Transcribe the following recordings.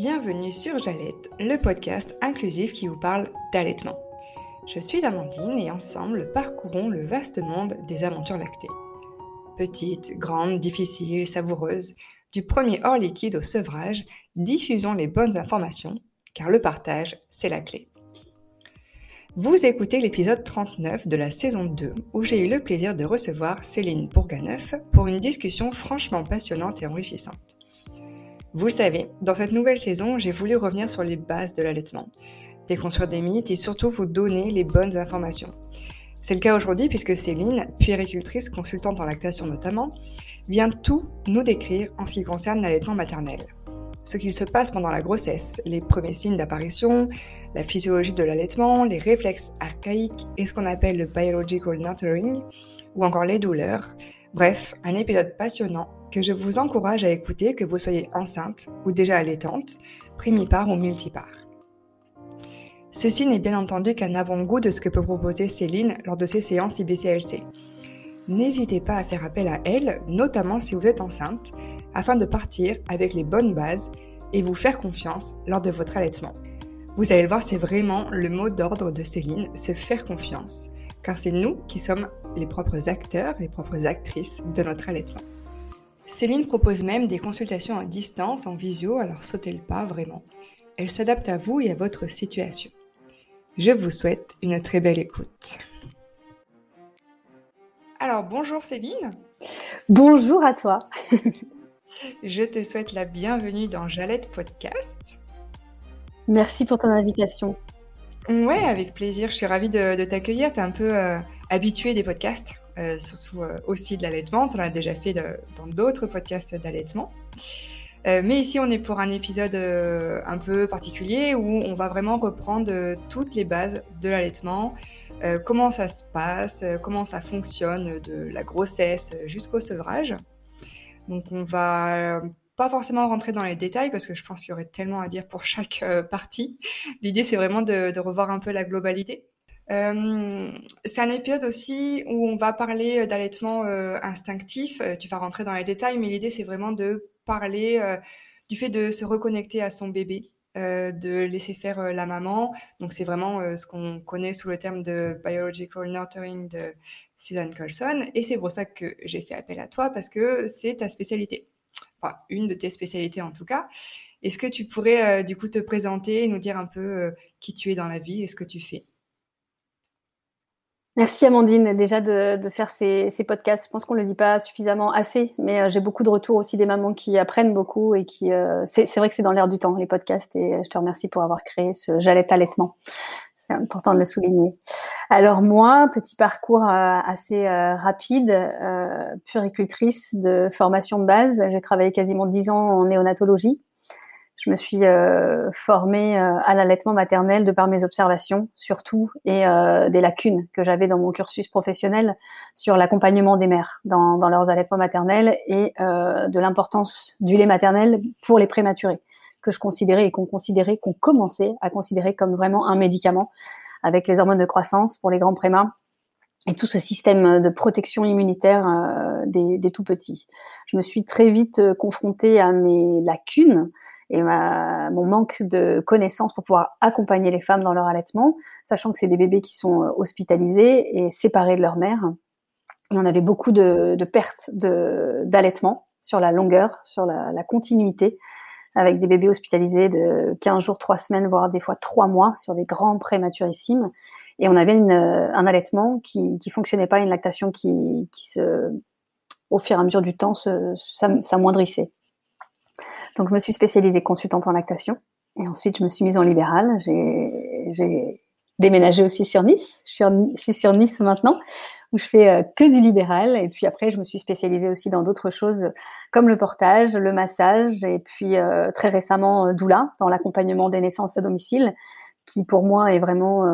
Bienvenue sur Jalette, le podcast inclusif qui vous parle d'allaitement. Je suis Amandine et ensemble parcourons le vaste monde des aventures lactées. Petites, grandes, difficiles, savoureuses, du premier hors liquide au sevrage, diffusons les bonnes informations, car le partage, c'est la clé. Vous écoutez l'épisode 39 de la saison 2, où j'ai eu le plaisir de recevoir Céline Bourganeuf pour une discussion franchement passionnante et enrichissante. Vous le savez, dans cette nouvelle saison, j'ai voulu revenir sur les bases de l'allaitement, déconstruire des mythes et surtout vous donner les bonnes informations. C'est le cas aujourd'hui puisque Céline, puéricultrice, consultante en lactation notamment, vient tout nous décrire en ce qui concerne l'allaitement maternel. Ce qu'il se passe pendant la grossesse, les premiers signes d'apparition, la physiologie de l'allaitement, les réflexes archaïques et ce qu'on appelle le biological nurturing, ou encore les douleurs. Bref, un épisode passionnant que je vous encourage à écouter, que vous soyez enceinte ou déjà allaitante, primipare ou multipare. Ceci n'est bien entendu qu'un avant-goût de ce que peut proposer Céline lors de ses séances IBCLC. N'hésitez pas à faire appel à elle, notamment si vous êtes enceinte, afin de partir avec les bonnes bases et vous faire confiance lors de votre allaitement. Vous allez le voir, c'est vraiment le mot d'ordre de Céline, se faire confiance, car c'est nous qui sommes les propres acteurs, les propres actrices de notre allaitement. Céline propose même des consultations à distance, en visio, alors sautez le pas vraiment. Elle s'adapte à vous et à votre situation. Je vous souhaite une très belle écoute. Alors bonjour Céline. Bonjour à toi. Je te souhaite la bienvenue dans Jalette Podcast. Merci pour ton invitation. Ouais, avec plaisir. Je suis ravie de t'accueillir. Tu es un peu habituée des podcasts, surtout aussi de l'allaitement. Tu en as déjà fait dans d'autres podcasts d'allaitement. Mais ici, on est pour un épisode un peu particulier où on va vraiment reprendre toutes les bases de l'allaitement, comment ça se passe, comment ça fonctionne de la grossesse jusqu'au sevrage. Donc, on va pas forcément rentrer dans les détails parce que je pense qu'il y aurait tellement à dire pour chaque partie. L'idée, c'est vraiment de revoir un peu la globalité. C'est un épisode aussi où on va parler d'allaitement instinctif. Tu vas rentrer dans les détails, mais l'idée, c'est vraiment de parler du fait de se reconnecter à son bébé, de laisser faire la maman. Donc, c'est vraiment ce qu'on connaît sous le terme de biological nurturing de Susan Colson. Et c'est pour ça que j'ai fait appel à toi parce que c'est ta spécialité. Enfin, une de tes spécialités en tout cas. Est-ce que tu pourrais du coup te présenter et nous dire un peu qui tu es dans la vie et ce que tu fais? Merci Amandine déjà de faire ces podcasts. Je pense qu'on ne le dit pas suffisamment assez, mais j'ai beaucoup de retours aussi des mamans qui apprennent beaucoup et qui c'est vrai que c'est dans l'air du temps les podcasts et je te remercie pour avoir créé ce Jalette allaitement. C'est important de le souligner. Alors moi, petit parcours assez rapide, puéricultrice de formation de base. J'ai travaillé quasiment 10 ans en néonatologie. Je me suis formée à l'allaitement maternel de par mes observations, surtout, et des lacunes que j'avais dans mon cursus professionnel sur l'accompagnement des mères dans leurs allaitements maternels et de l'importance du lait maternel pour les prématurés, que je considérais et qu'on commençait à considérer comme vraiment un médicament avec les hormones de croissance pour les grands prémas et tout ce système de protection immunitaire des tout petits. Je me suis très vite confrontée à mes lacunes et mon manque de connaissances pour pouvoir accompagner les femmes dans leur allaitement, sachant que c'est des bébés qui sont hospitalisés et séparés de leur mère. Et on avait beaucoup de pertes d'allaitement sur la longueur, sur la continuité, avec des bébés hospitalisés de 15 jours, 3 semaines, voire des fois 3 mois sur des grands prématurissimes. Et on avait un allaitement qui fonctionnait pas, une lactation qui au fur et à mesure du temps, s'amoindrissait. Donc, je me suis spécialisée consultante en lactation. Et ensuite, je me suis mise en libéral. J'ai déménagé aussi sur Nice. Je suis sur Nice maintenant, où je fais que du libéral. Et puis après, je me suis spécialisée aussi dans d'autres choses comme le portage, le massage et puis très récemment doula, dans l'accompagnement des naissances à domicile, qui pour moi est vraiment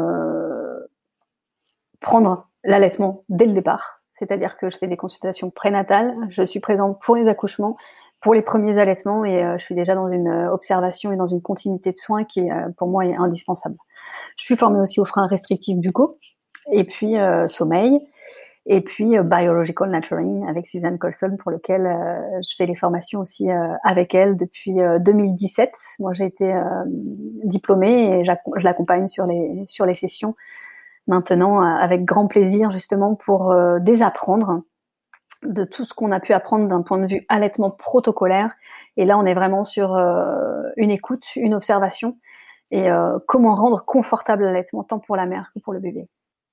prendre l'allaitement dès le départ. C'est-à-dire que je fais des consultations prénatales, je suis présente pour les accouchements, pour les premiers allaitements et je suis déjà dans une observation et dans une continuité de soins qui pour moi est indispensable. Je suis formée aussi aux freins restrictifs buccaux et puis sommeil. Et puis Biological Nurturing avec Suzanne Colson, pour lequel je fais les formations aussi avec elle depuis 2017. Moi, j'ai été diplômée et je l'accompagne sur les sessions maintenant avec grand plaisir, justement pour désapprendre de tout ce qu'on a pu apprendre d'un point de vue allaitement protocolaire. Et là, on est vraiment sur une écoute, une observation et comment rendre confortable l'allaitement tant pour la mère que pour le bébé.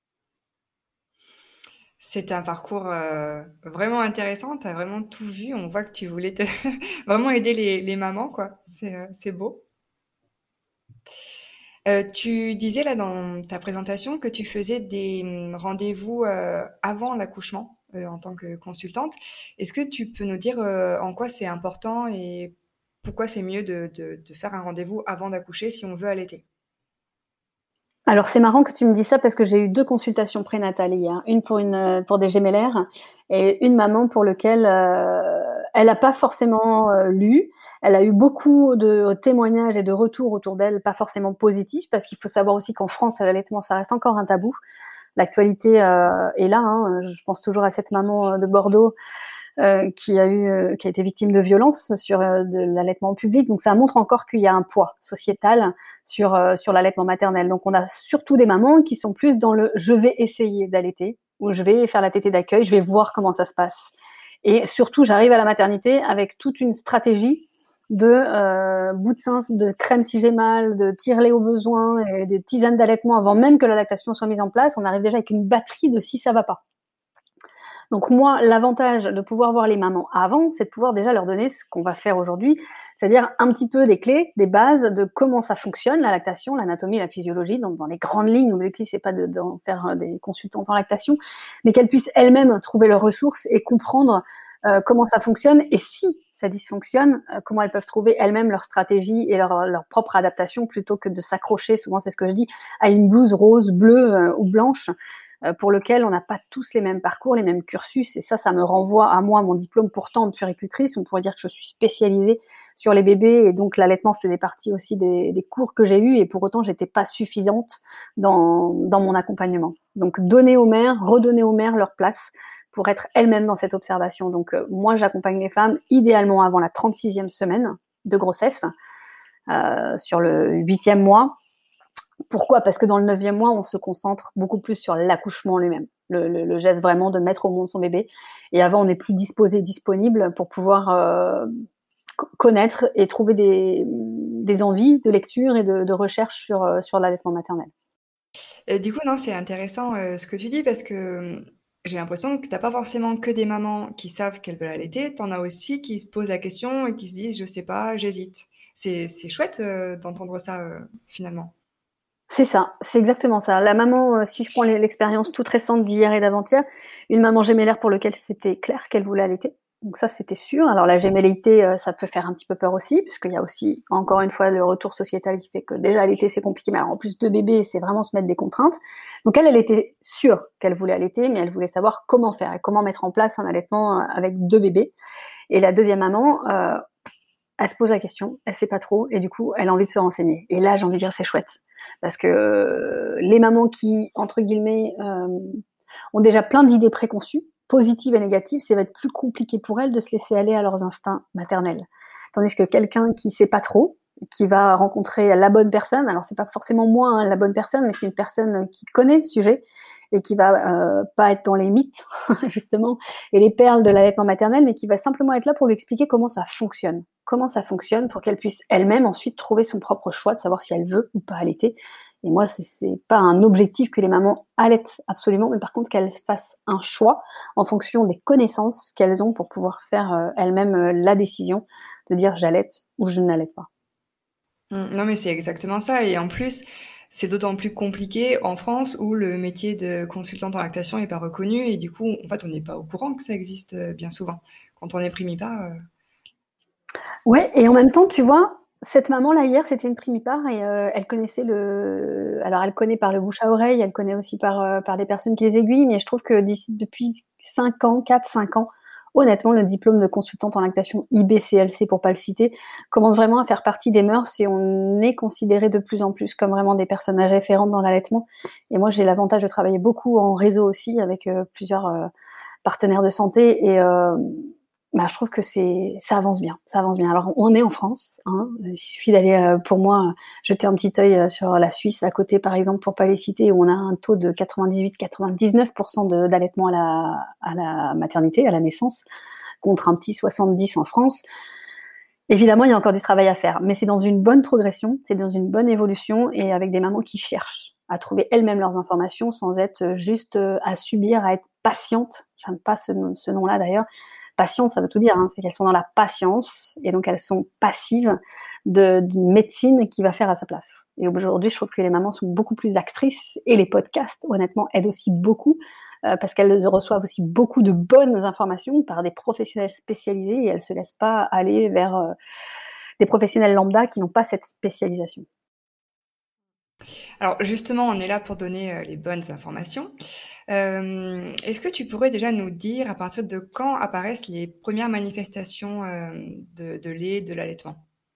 C'est un parcours vraiment intéressant. Tu as vraiment tout vu. On voit que tu voulais vraiment aider les mamans, quoi. C'est beau. Tu disais là dans ta présentation que tu faisais des rendez-vous avant l'accouchement en tant que consultante. Est-ce que tu peux nous dire en quoi c'est important et pourquoi c'est mieux de faire un rendez-vous avant d'accoucher si on veut allaiter? Alors c'est marrant que tu me dis ça parce que j'ai eu 2 consultations prénatales hier, une pour des gémellaires et une maman pour lequel elle a pas forcément lu. Elle a eu beaucoup de témoignages et de retours autour d'elle, pas forcément positifs, parce qu'il faut savoir aussi qu'en France, l'allaitement, ça reste encore un tabou. L'actualité est là, hein. Je pense toujours à cette maman de Bordeaux qui a été victime de violences sur de l'allaitement public. Donc ça montre encore qu'il y a un poids sociétal sur l'allaitement maternel. Donc on a surtout des mamans qui sont plus dans le je vais essayer d'allaiter ou je vais faire la tétée d'accueil, je vais voir comment ça se passe. Et surtout, j'arrive à la maternité avec toute une stratégie de bout de sein, de crème si j'ai mal, de tire-lait au besoin, et des tisanes d'allaitement avant même que la lactation soit mise en place. On arrive déjà avec une batterie de si ça va pas. Donc moi, l'avantage de pouvoir voir les mamans avant, c'est de pouvoir déjà leur donner ce qu'on va faire aujourd'hui, c'est-à-dire un petit peu des clés, des bases de comment ça fonctionne, la lactation, l'anatomie, la physiologie. Donc dans les grandes lignes, l'objectif, c'est pas d'en faire des consultantes en lactation, mais qu'elles puissent elles-mêmes trouver leurs ressources et comprendre comment ça fonctionne et si ça dysfonctionne, comment elles peuvent trouver elles-mêmes leur stratégie et leur propre adaptation plutôt que de s'accrocher, souvent c'est ce que je dis, à une blouse rose, bleue ou blanche pour lequel on n'a pas tous les mêmes parcours, les mêmes cursus. Et ça me renvoie à moi, mon diplôme pourtant de puéricultrice. On pourrait dire que je suis spécialisée sur les bébés et donc l'allaitement faisait partie aussi des cours que j'ai eus et pour autant, j'étais pas suffisante dans mon accompagnement. Donc, donner aux mères, redonner aux mères leur place pour être elles-mêmes dans cette observation. Donc, moi, j'accompagne les femmes idéalement avant la 36e semaine de grossesse, sur le 8e mois. Pourquoi ? Parce que dans le 9e mois, on se concentre beaucoup plus sur l'accouchement lui-même, le geste vraiment de mettre au monde son bébé. Et avant, on est plus disposé, disponible pour pouvoir connaître et trouver des envies de lecture et de recherche sur l'allaitement maternel. Du coup, non, c'est intéressant ce que tu dis parce que j'ai l'impression que t'as pas forcément que des mamans qui savent qu'elles veulent allaiter, t'en as aussi qui se posent la question et qui se disent je sais pas, j'hésite. C'est chouette d'entendre ça finalement. C'est ça, c'est exactement ça. La maman, si je prends l'expérience toute récente d'hier et d'avant-hier, une maman gémellaire pour laquelle c'était clair qu'elle voulait allaiter. Donc ça, c'était sûr. Alors la gémellité, ça peut faire un petit peu peur aussi, puisqu'il y a aussi, encore une fois, le retour sociétal qui fait que déjà allaiter, c'est compliqué. Mais alors en plus, 2 bébés, c'est vraiment se mettre des contraintes. Donc elle était sûre qu'elle voulait allaiter, mais elle voulait savoir comment faire et comment mettre en place un allaitement avec 2 bébés. Et la deuxième maman, elle se pose la question, elle sait pas trop, et du coup, elle a envie de se renseigner. Et là, j'ai envie de dire, c'est chouette. Parce que les mamans qui, entre guillemets, ont déjà plein d'idées préconçues, positives et négatives, ça va être plus compliqué pour elles de se laisser aller à leurs instincts maternels. Tandis que quelqu'un qui sait pas trop, qui va rencontrer la bonne personne, alors c'est pas forcément moi la bonne personne, mais c'est une personne qui connaît le sujet et qui va pas être dans les mythes justement et les perles de l'allaitement maternel, mais qui va simplement être là pour lui expliquer comment ça fonctionne pour qu'elle puisse elle-même ensuite trouver son propre choix de savoir si elle veut ou pas allaiter. Et moi, c'est pas un objectif que les mamans allaitent absolument, mais par contre qu'elles fassent un choix en fonction des connaissances qu'elles ont pour pouvoir faire elles-mêmes la décision de dire j'allaite ou je n'allaite pas. Non, mais c'est exactement ça. Et en plus, c'est d'autant plus compliqué en France où le métier de consultante en lactation est pas reconnu et du coup, en fait, on n'est pas au courant que ça existe bien souvent. Quand on est primipare. Ouais, et en même temps, tu vois, cette maman-là, hier, c'était une primipare et elle connaissait alors elle connaît par le bouche à oreille, elle connaît aussi par des personnes qui les aiguillent, mais je trouve que depuis 5 ans, 4-5 ans, honnêtement, le diplôme de consultante en lactation IBCLC, pour pas le citer, commence vraiment à faire partie des mœurs et on est considéré de plus en plus comme vraiment des personnes référentes dans l'allaitement. Et moi, j'ai l'avantage de travailler beaucoup en réseau aussi avec plusieurs partenaires de santé et je trouve que ça avance bien. Alors, on est en France, hein, il suffit d'aller, pour moi, jeter un petit œil sur la Suisse à côté, par exemple, pour pas les citer, où on a un taux de 98-99% d'allaitement à la maternité, à la naissance, contre un petit 70 en France. Évidemment, il y a encore du travail à faire, mais c'est dans une bonne progression, c'est dans une bonne évolution et avec des mamans qui cherchent à trouver elles-mêmes leurs informations sans être juste à subir, à être patiente. J'aime pas ce nom-là d'ailleurs. Patiente, ça veut tout dire, hein. C'est qu'elles sont dans la patience et donc elles sont passives d'une médecine qui va faire à sa place. Et aujourd'hui, je trouve que les mamans sont beaucoup plus actrices et les podcasts, honnêtement, aident aussi beaucoup parce qu'elles reçoivent aussi beaucoup de bonnes informations par des professionnels spécialisés et elles se laissent pas aller vers des professionnels lambda qui n'ont pas cette spécialisation. Alors justement, on est là pour donner les bonnes informations. Est-ce que tu pourrais déjà nous dire à partir de quand apparaissent les premières manifestations de lait, de l'allaitement?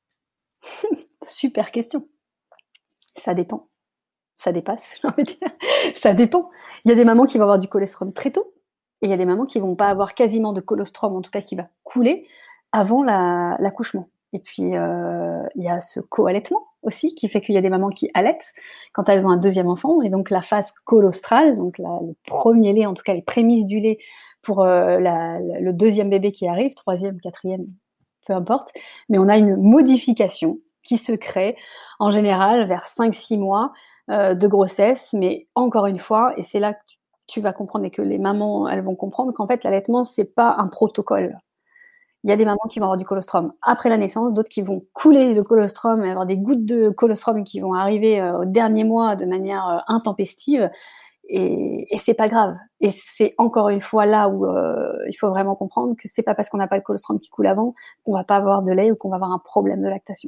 Super question. Ça dépend. Ça dépasse, j'ai envie de dire. Ça dépend. Il y a des mamans qui vont avoir du colostrum très tôt et il y a des mamans qui vont pas avoir quasiment de colostrum, en tout cas qui va couler avant l'accouchement. Et puis, il y a ce co-allaitement aussi qui fait qu'il y a des mamans qui allaitent quand elles ont un deuxième enfant. Et donc, la phase colostrale, donc le premier lait, en tout cas les prémices du lait pour le deuxième bébé qui arrive, troisième, quatrième, peu importe. Mais on a une modification qui se crée en général vers 5-6 mois de grossesse. Mais encore une fois, et c'est là que tu vas comprendre et que les mamans, elles vont comprendre qu'en fait, l'allaitement, c'est pas un protocole. Il y a des mamans qui vont avoir du colostrum après la naissance, d'autres qui vont couler le colostrum et avoir des gouttes de colostrum qui vont arriver au dernier mois de manière intempestive. Et c'est pas grave. Et c'est encore une fois là où il faut vraiment comprendre que c'est pas parce qu'on n'a pas le colostrum qui coule avant qu'on va pas avoir de lait ou qu'on va avoir un problème de lactation.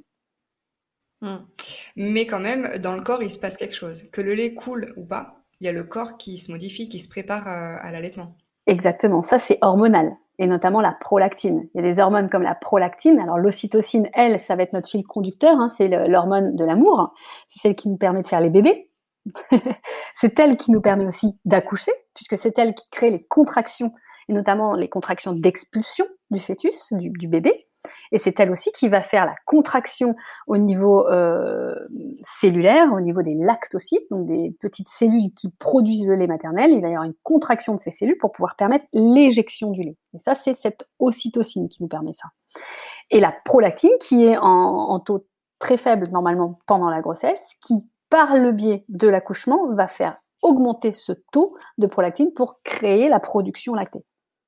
Mais quand même, dans le corps, il se passe quelque chose. Que le lait coule ou pas, il y a le corps qui se modifie, qui se prépare à l'allaitement. Exactement, ça c'est hormonal, et notamment la prolactine. Il y a des hormones comme la prolactine, alors l'ocytocine, elle, ça va être notre fil conducteur, hein, c'est l'hormone de l'amour, c'est celle qui nous permet de faire les bébés, c'est elle qui nous permet aussi d'accoucher, puisque c'est elle qui crée les contractions, et notamment les contractions d'expulsion du fœtus, du bébé, et c'est elle aussi qui va faire la contraction au niveau cellulaire, au niveau des lactocytes, donc des petites cellules qui produisent le lait maternel. Il va y avoir une contraction de ces cellules pour pouvoir permettre l'éjection du lait. Et ça, c'est cette ocytocine qui nous permet ça. Et la prolactine, qui est en taux très faible normalement pendant la grossesse, qui, par le biais de l'accouchement, va faire augmenter ce taux de prolactine pour créer la production lactée.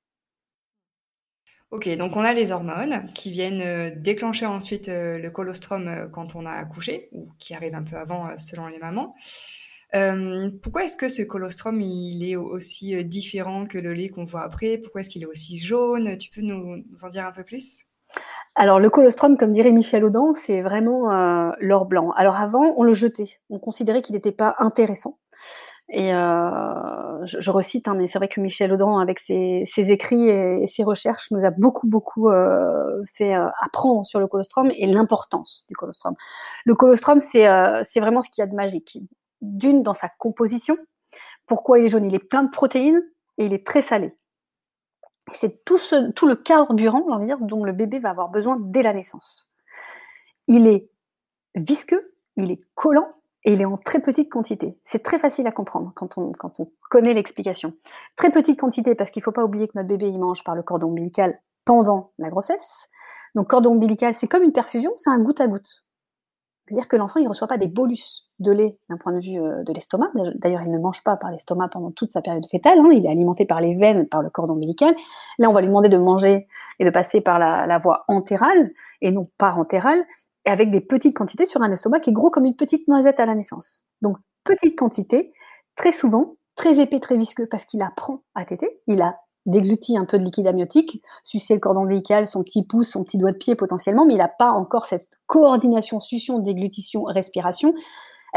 Ok, donc on a les hormones qui viennent déclencher ensuite le colostrum quand on a accouché, ou qui arrive un peu avant selon les mamans. Pourquoi est-ce que ce colostrum il est aussi différent que le lait qu'on voit après? Pourquoi est-ce qu'il est aussi jaune? Tu peux nous en dire un peu plus? Alors le colostrum, comme dirait Michel Audin, c'est vraiment l'or blanc. Alors avant, on le jetait. On considérait qu'il n'était pas intéressant. Et je recite, hein, mais c'est vrai que Michel Audran, avec ses écrits et ses recherches, nous a beaucoup fait apprendre sur le colostrum et l'importance du colostrum. Le colostrum, c'est vraiment ce qu'il y a de magique. D'une, dans sa composition. Pourquoi il est jaune? Il est plein de protéines et il est très salé. C'est tout le carburant, j'ai envie de dire, dont le bébé va avoir besoin dès la naissance. Il est visqueux, il est collant, et il est en très petite quantité. C'est très facile à comprendre quand on connaît l'explication. Très petite quantité parce qu'il ne faut pas oublier que notre bébé il mange par le cordon ombilical pendant la grossesse. Donc cordon ombilical, c'est comme une perfusion, c'est un goutte à goutte. C'est-à-dire que l'enfant il ne reçoit pas des bolus de lait d'un point de vue de l'estomac. D'ailleurs, il ne mange pas par l'estomac pendant toute sa période fétale. Hein. Il est alimenté par les veines, par le cordon ombilical. Là, on va lui demander de manger et de passer par la voie entérale et non parentérale, et avec des petites quantités sur un estomac qui est gros comme une petite noisette à la naissance. Donc, petite quantité, très souvent, très épais, très visqueux, parce qu'il apprend à téter, il a dégluti un peu de liquide amniotique, sucé le cordon ombilical, son petit pouce, son petit doigt de pied potentiellement, mais il n'a pas encore cette coordination, succion, déglutition, respiration.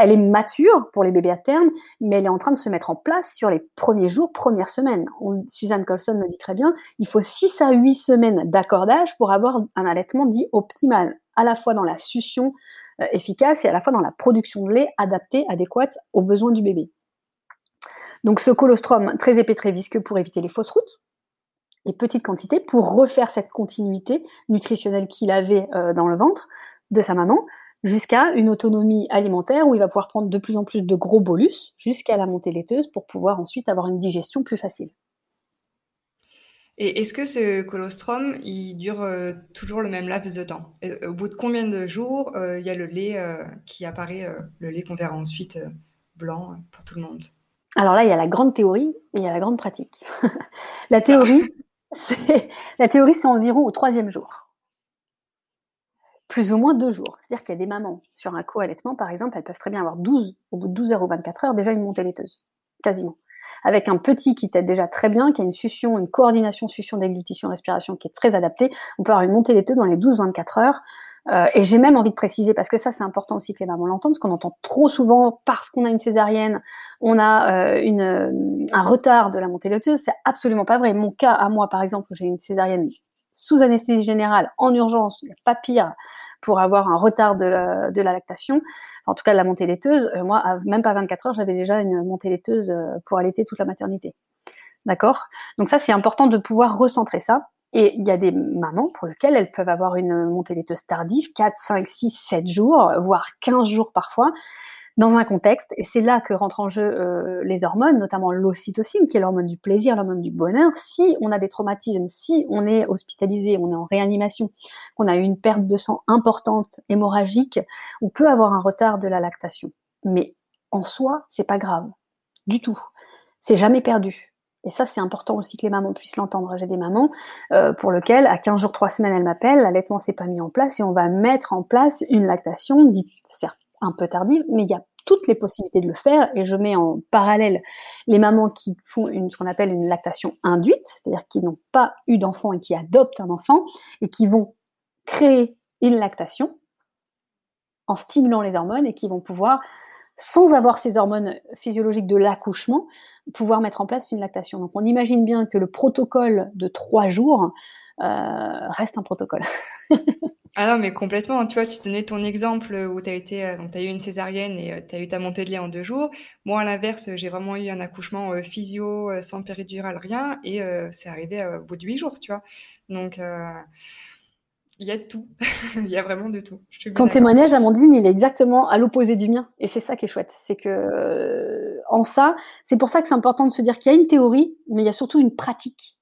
Elle est mature pour les bébés à terme, mais elle est en train de se mettre en place sur les premiers jours, premières semaines. Suzanne Colson le dit très bien, il faut 6 à 8 semaines d'accordage pour avoir un allaitement dit optimal, à la fois dans la succion efficace et à la fois dans la production de lait adaptée, adéquate aux besoins du bébé. Donc ce colostrum très épais, très visqueux pour éviter les fausses routes, et petite quantité pour refaire cette continuité nutritionnelle qu'il avait dans le ventre de sa maman, jusqu'à une autonomie alimentaire où il va pouvoir prendre de plus en plus de gros bolus jusqu'à la montée laiteuse pour pouvoir ensuite avoir une digestion plus facile. Et est-ce que ce colostrum, il dure toujours le même laps de temps? Au bout de combien de jours il y a le lait qui apparaît, le lait qu'on verra ensuite blanc pour tout le monde? Alors là, il y a la grande théorie et il y a la grande pratique. La théorie, c'est environ au 3e jour. Plus ou moins 2 jours. C'est-à-dire qu'il y a des mamans sur un co-allaitement, par exemple, elles peuvent très bien avoir au bout de 12 heures ou 24 heures, déjà une montée laiteuse. Quasiment. Avec un petit qui t'aide déjà très bien, qui a une coordination succion, déglutition, respiration qui est très adaptée, on peut avoir une montée laiteuse dans les 12-24 heures. Et j'ai même envie de préciser, parce que ça c'est important aussi que les mamans l'entendent, parce qu'on entend trop souvent, parce qu'on a une césarienne, on a un retard de la montée laiteuse. C'est absolument pas vrai. Mon cas à moi, par exemple, où j'ai une césarienne sous anesthésie générale, en urgence, il n'y a pas pire pour avoir un retard de la lactation, en tout cas de la montée laiteuse. Moi, même pas 24 heures, j'avais déjà une montée laiteuse pour allaiter toute la maternité. D'accord ? Donc ça, c'est important de pouvoir recentrer ça. Et il y a des mamans pour lesquelles elles peuvent avoir une montée laiteuse tardive, 4, 5, 6, 7 jours, voire 15 jours parfois, dans un contexte, et c'est là que rentrent en jeu les hormones, notamment l'ocytocine, qui est l'hormone du plaisir, l'hormone du bonheur. Si on a des traumatismes, si on est hospitalisé, on est en réanimation, qu'on a eu une perte de sang importante, hémorragique, on peut avoir un retard de la lactation. Mais en soi, c'est pas grave, du tout. C'est jamais perdu. Et ça, c'est important aussi que les mamans puissent l'entendre. J'ai des mamans pour lesquelles, à 15 jours, 3 semaines, elles m'appellent, l'allaitement s'est pas mis en place et on va mettre en place une lactation, dite certes un peu tardive, mais il y a toutes les possibilités de le faire. Et je mets en parallèle les mamans qui font ce qu'on appelle une lactation induite, c'est-à-dire qui n'ont pas eu d'enfant et qui adoptent un enfant et qui vont créer une lactation en stimulant les hormones et qui vont pouvoir, sans avoir ces hormones physiologiques de l'accouchement, pouvoir mettre en place une lactation. Donc on imagine bien que le protocole de 3 jours reste un protocole. Ah non, mais complètement. Tu vois, tu donnais ton exemple où tu as eu une césarienne et tu as eu ta montée de lait en 2 jours. Moi, à l'inverse, j'ai vraiment eu un accouchement physio, sans péridurale, rien, et c'est arrivé au bout de 8 jours, tu vois. Donc, il y a de tout. Il y a vraiment de tout. Je suis bien Ton d'accord. témoignage, Amandine, il est exactement à l'opposé du mien. Et c'est ça qui est chouette. C'est que, en ça, c'est pour ça que c'est important de se dire qu'il y a une théorie, mais il y a surtout une pratique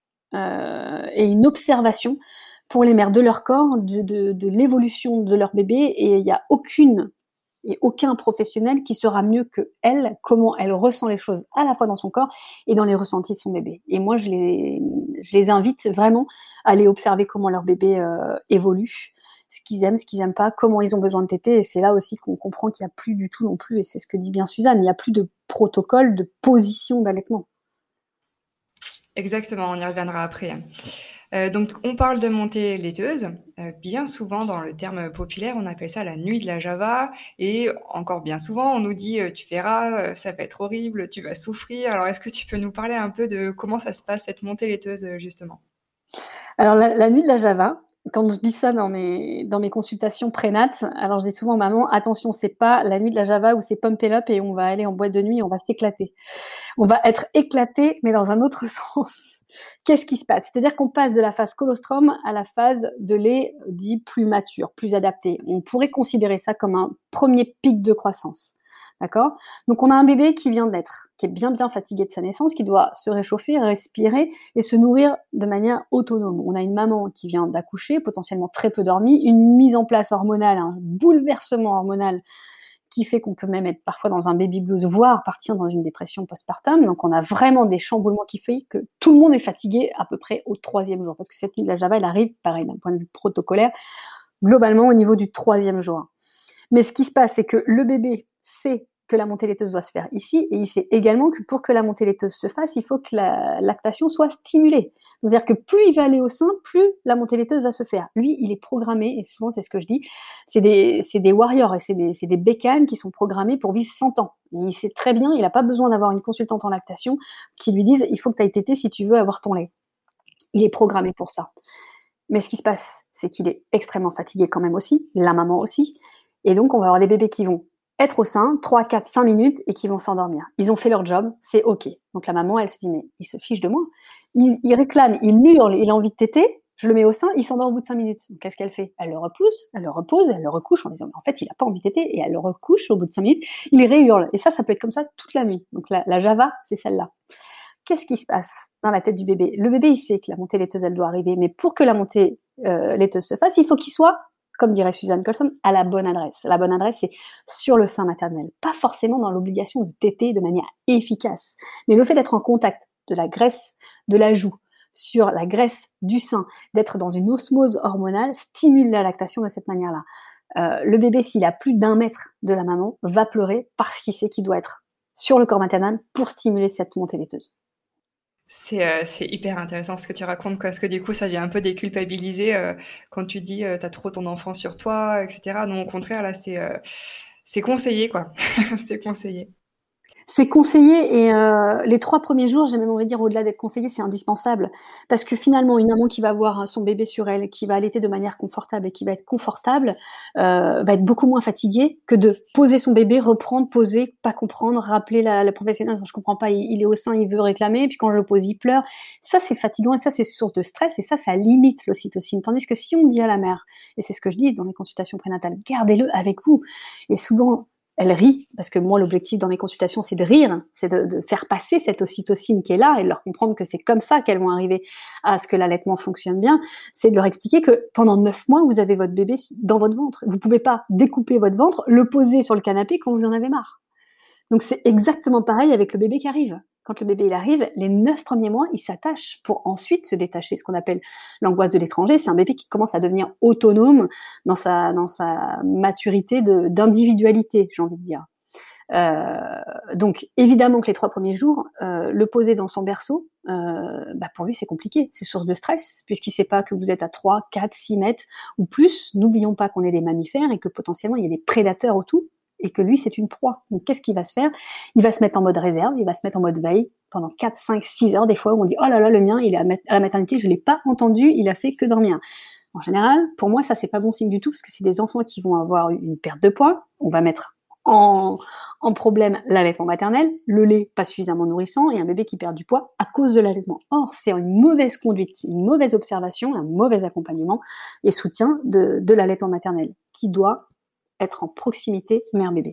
et une observation pour les mères de leur corps, de l'évolution de leur bébé. Et il n'y a aucun professionnel qui saura mieux que elle comment elle ressent les choses à la fois dans son corps et dans les ressentis de son bébé. Et moi, je les invite vraiment à aller observer comment leur bébé évolue, ce qu'ils aiment pas, comment ils ont besoin de téter. Et c'est là aussi qu'on comprend qu'il n'y a plus du tout non plus, et c'est ce que dit bien Suzanne, il n'y a plus de protocole de position d'allaitement. Exactement, on y reviendra après. Donc, on parle de montée laiteuse. Bien souvent, dans le terme populaire, on appelle ça la nuit de la Java. Et encore bien souvent, on nous dit tu verras, ça va être horrible, tu vas souffrir. Alors, est-ce que tu peux nous parler un peu de comment ça se passe, cette montée laiteuse, justement? Alors, la nuit de la Java, quand je dis ça dans mes consultations prénates, alors je dis souvent aux mamans, attention, c'est pas la nuit de la Java où c'est pump it up et on va aller en boîte de nuit, on va s'éclater. On va être éclaté, mais dans un autre sens. Qu'est-ce qui se passe? C'est-à-dire qu'on passe de la phase colostrum à la phase de lait dit plus mature, plus adapté. On pourrait considérer ça comme un premier pic de croissance. D'accord? Donc on a un bébé qui vient de naître, qui est bien fatigué de sa naissance, qui doit se réchauffer, respirer et se nourrir de manière autonome. On a une maman qui vient d'accoucher, potentiellement très peu dormie, une mise en place hormonale, un bouleversement hormonal qui fait qu'on peut même être parfois dans un baby blues, voire partir dans une dépression postpartum. Donc on a vraiment des chamboulements qui fait que tout le monde est fatigué à peu près au 3e jour. Parce que cette nuit de la Java, elle arrive, pareil, d'un point de vue protocolaire, globalement au niveau du 3e jour. Mais ce qui se passe, c'est que le bébé sait que la montée laiteuse doit se faire ici, et il sait également que pour que la montée laiteuse se fasse, il faut que la lactation soit stimulée. C'est-à-dire que plus il va aller au sein, plus la montée laiteuse va se faire. Lui, il est programmé, et souvent c'est ce que je dis, c'est des warriors, et c'est des bécanes qui sont programmés pour vivre 100 ans. Et il sait très bien, il n'a pas besoin d'avoir une consultante en lactation qui lui dise « il faut que tu ailles téter si tu veux avoir ton lait ». Il est programmé pour ça. Mais ce qui se passe, c'est qu'il est extrêmement fatigué quand même aussi, la maman aussi, et donc on va avoir des bébés qui vont être au sein 3, 4, 5 minutes et qui vont s'endormir. Ils ont fait leur job, c'est OK. Donc la maman, elle se dit, mais il se fiche de moi. Il réclame, il hurle, il a envie de téter, je le mets au sein, il s'endort au bout de 5 minutes. Donc qu'est-ce qu'elle fait? Elle le repousse, elle le repose, elle le recouche en disant, mais en fait, il n'a pas envie de téter, et elle le recouche au bout de 5 minutes, il réhurle. Et ça peut être comme ça toute la nuit. Donc la Java, c'est celle-là. Qu'est-ce qui se passe dans la tête du bébé? Le bébé, il sait que la montée laiteuse, elle doit arriver, mais pour que la montée laiteuse se fasse, il faut qu'il soit, comme dirait Suzanne Colson, à la bonne adresse. La bonne adresse, c'est sur le sein maternel. Pas forcément dans l'obligation de téter de manière efficace, mais le fait d'être en contact de la graisse de la joue sur la graisse du sein, d'être dans une osmose hormonale, stimule la lactation de cette manière-là. Le bébé, s'il a plus d'1 mètre de la maman, va pleurer parce qu'il sait qu'il doit être sur le corps maternel pour stimuler cette montée laiteuse. C'est hyper intéressant ce que tu racontes, quoi, parce que du coup, ça vient un peu déculpabiliser quand tu dis t'as trop ton enfant sur toi, etc. Non, au contraire, là, c'est conseillé, quoi. C'est conseillé. C'est conseillé, et les 3 premiers jours, j'ai même envie de dire au-delà d'être conseillé, c'est indispensable. Parce que finalement, une maman qui va avoir son bébé sur elle, qui va allaiter de manière confortable et qui va être confortable, va être beaucoup moins fatiguée que de poser son bébé, reprendre, poser, pas comprendre, rappeler la professionnelle, je comprends pas, il est au sein, il veut réclamer, puis quand je le pose, il pleure. Ça, c'est fatigant, et ça, c'est source de stress, et ça limite l'ocytocine. Tandis que si on dit à la mère, et c'est ce que je dis dans les consultations prénatales, gardez-le avec vous. Et souvent, elle rit, parce que moi, l'objectif dans mes consultations, c'est de rire, c'est de faire passer cette ocytocine qui est là et de leur comprendre que c'est comme ça qu'elles vont arriver à ce que l'allaitement fonctionne bien. C'est de leur expliquer que pendant 9 mois, vous avez votre bébé dans votre ventre. Vous pouvez pas découper votre ventre, le poser sur le canapé quand vous en avez marre. Donc c'est exactement pareil avec le bébé qui arrive. Quand le bébé il arrive, les 9 premiers mois, il s'attache pour ensuite se détacher. Ce qu'on appelle l'angoisse de l'étranger, c'est un bébé qui commence à devenir autonome dans sa maturité d'individualité, j'ai envie de dire. Donc évidemment que les 3 premiers jours, le poser dans son berceau, pour lui c'est compliqué, c'est source de stress, puisqu'il sait pas que vous êtes à 3, 4, 6 mètres ou plus. N'oublions pas qu'on est des mammifères et que potentiellement il y a des prédateurs autour, et que lui, c'est une proie. Donc, qu'est-ce qu'il va se faire? Il va se mettre en mode réserve, il va se mettre en mode veille pendant 4, 5, 6 heures, des fois, où on dit « Oh là là, le mien, il est à la maternité, je l'ai pas entendu, il a fait que dormir. » En général, pour moi, ça, c'est pas bon signe du tout, parce que c'est des enfants qui vont avoir une perte de poids. On va mettre en problème l'allaitement maternel, le lait pas suffisamment nourrissant, et un bébé qui perd du poids à cause de l'allaitement. Or, c'est une mauvaise conduite, une mauvaise observation, un mauvais accompagnement et soutien de l'allaitement maternel, qui doit être en proximité mère-bébé.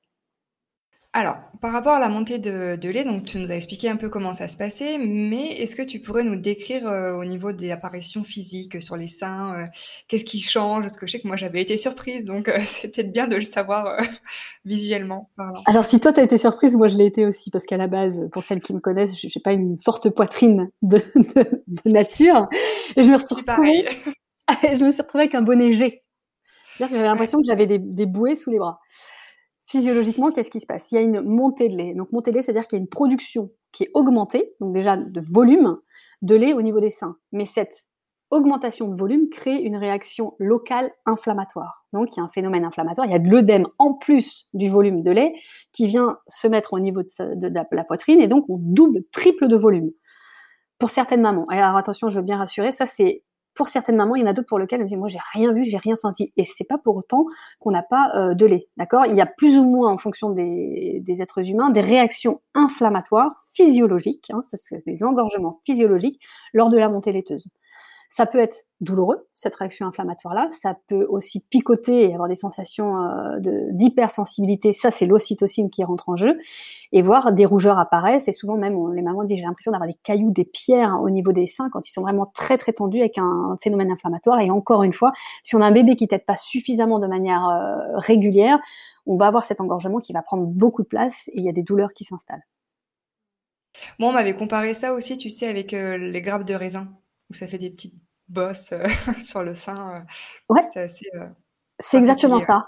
Alors, par rapport à la montée de lait, donc tu nous as expliqué un peu comment ça se passait, mais est-ce que tu pourrais nous décrire au niveau des apparitions physiques sur les seins, qu'est-ce qui change? Parce que je sais que moi j'avais été surprise, donc c'est peut-être bien de le savoir visuellement parlant. Alors si toi t'as été surprise, moi je l'ai été aussi, parce qu'à la base, pour celles qui me connaissent, j'ai pas une forte poitrine de nature, et je me suis retrouvée avec un bonnet G. C'est-à-dire que j'avais l'impression que j'avais des bouées sous les bras. Physiologiquement, qu'est-ce qui se passe? Il y a une montée de lait. Donc montée de lait, c'est-à-dire qu'il y a une production qui est augmentée, donc déjà de volume de lait au niveau des seins. Mais cette augmentation de volume crée une réaction locale inflammatoire. Donc il y a un phénomène inflammatoire, il y a de l'œdème en plus du volume de lait qui vient se mettre au niveau de la poitrine, et donc on double, triple de volume. Pour certaines mamans, alors attention, je veux bien rassurer, ça c'est pour certaines mamans, il y en a d'autres pour lesquelles elles me disent « moi j'ai rien vu, j'ai rien senti ». Et c'est pas pour autant qu'on n'a pas de lait, d'accord? Il y a plus ou moins, en fonction des êtres humains, des réactions inflammatoires physiologiques, ça, c'est des engorgements physiologiques lors de la montée laiteuse. Ça peut être douloureux, cette réaction inflammatoire-là. Ça peut aussi picoter et avoir des sensations d'hypersensibilité. Ça, c'est l'ocytocine qui rentre en jeu. Et voir des rougeurs apparaissent. Et souvent même, les mamans disent « j'ai l'impression d'avoir des cailloux, des pierres au niveau des seins » quand ils sont vraiment très très tendus avec un phénomène inflammatoire. Et encore une fois, si on a un bébé qui tète pas suffisamment de manière régulière, on va avoir cet engorgement qui va prendre beaucoup de place et il y a des douleurs qui s'installent. Moi, on m'avait comparé ça aussi, tu sais, avec les grappes de raisin, où ça fait des petites bosses sur le sein. Ouais, C'était assez c'est exactement particulier. ça.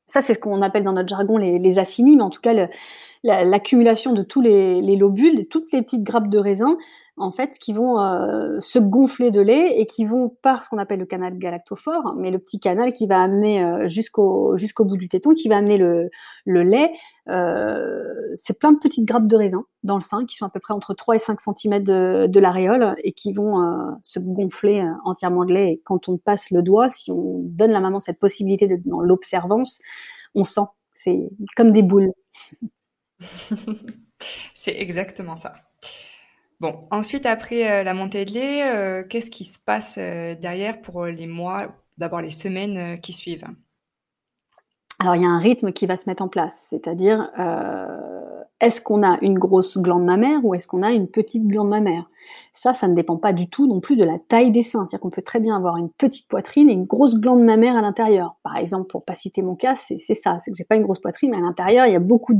Ça, c'est ce qu'on appelle dans notre jargon les acinis, mais en tout cas, l'accumulation de tous les lobules, de toutes les petites grappes de raisin, en fait, qui vont se gonfler de lait et qui vont par ce qu'on appelle le canal galactophore, mais le petit canal qui va amener jusqu'au bout du téton, qui va amener le lait. C'est plein de petites grappes de raisin dans le sein qui sont à peu près entre 3 et 5 cm de l'aréole et qui vont se gonfler entièrement de lait. Et quand on passe le doigt, si on donne à la maman cette possibilité d'être dans l'observance, on sent, c'est comme des boules. C'est exactement ça. Bon, ensuite, après la montée de lait, qu'est-ce qui se passe derrière pour les mois, d'abord les semaines qui suivent? Alors, il y a un rythme qui va se mettre en place, c'est-à-dire, est-ce qu'on a une grosse glande mammaire ou est-ce qu'on a une petite glande mammaire? Ça ne dépend pas du tout non plus de la taille des seins. C'est-à-dire qu'on peut très bien avoir une petite poitrine et une grosse glande mammaire à l'intérieur. Par exemple, pour pas citer mon cas, c'est ça, c'est que j'ai pas une grosse poitrine, mais à l'intérieur, il y a beaucoup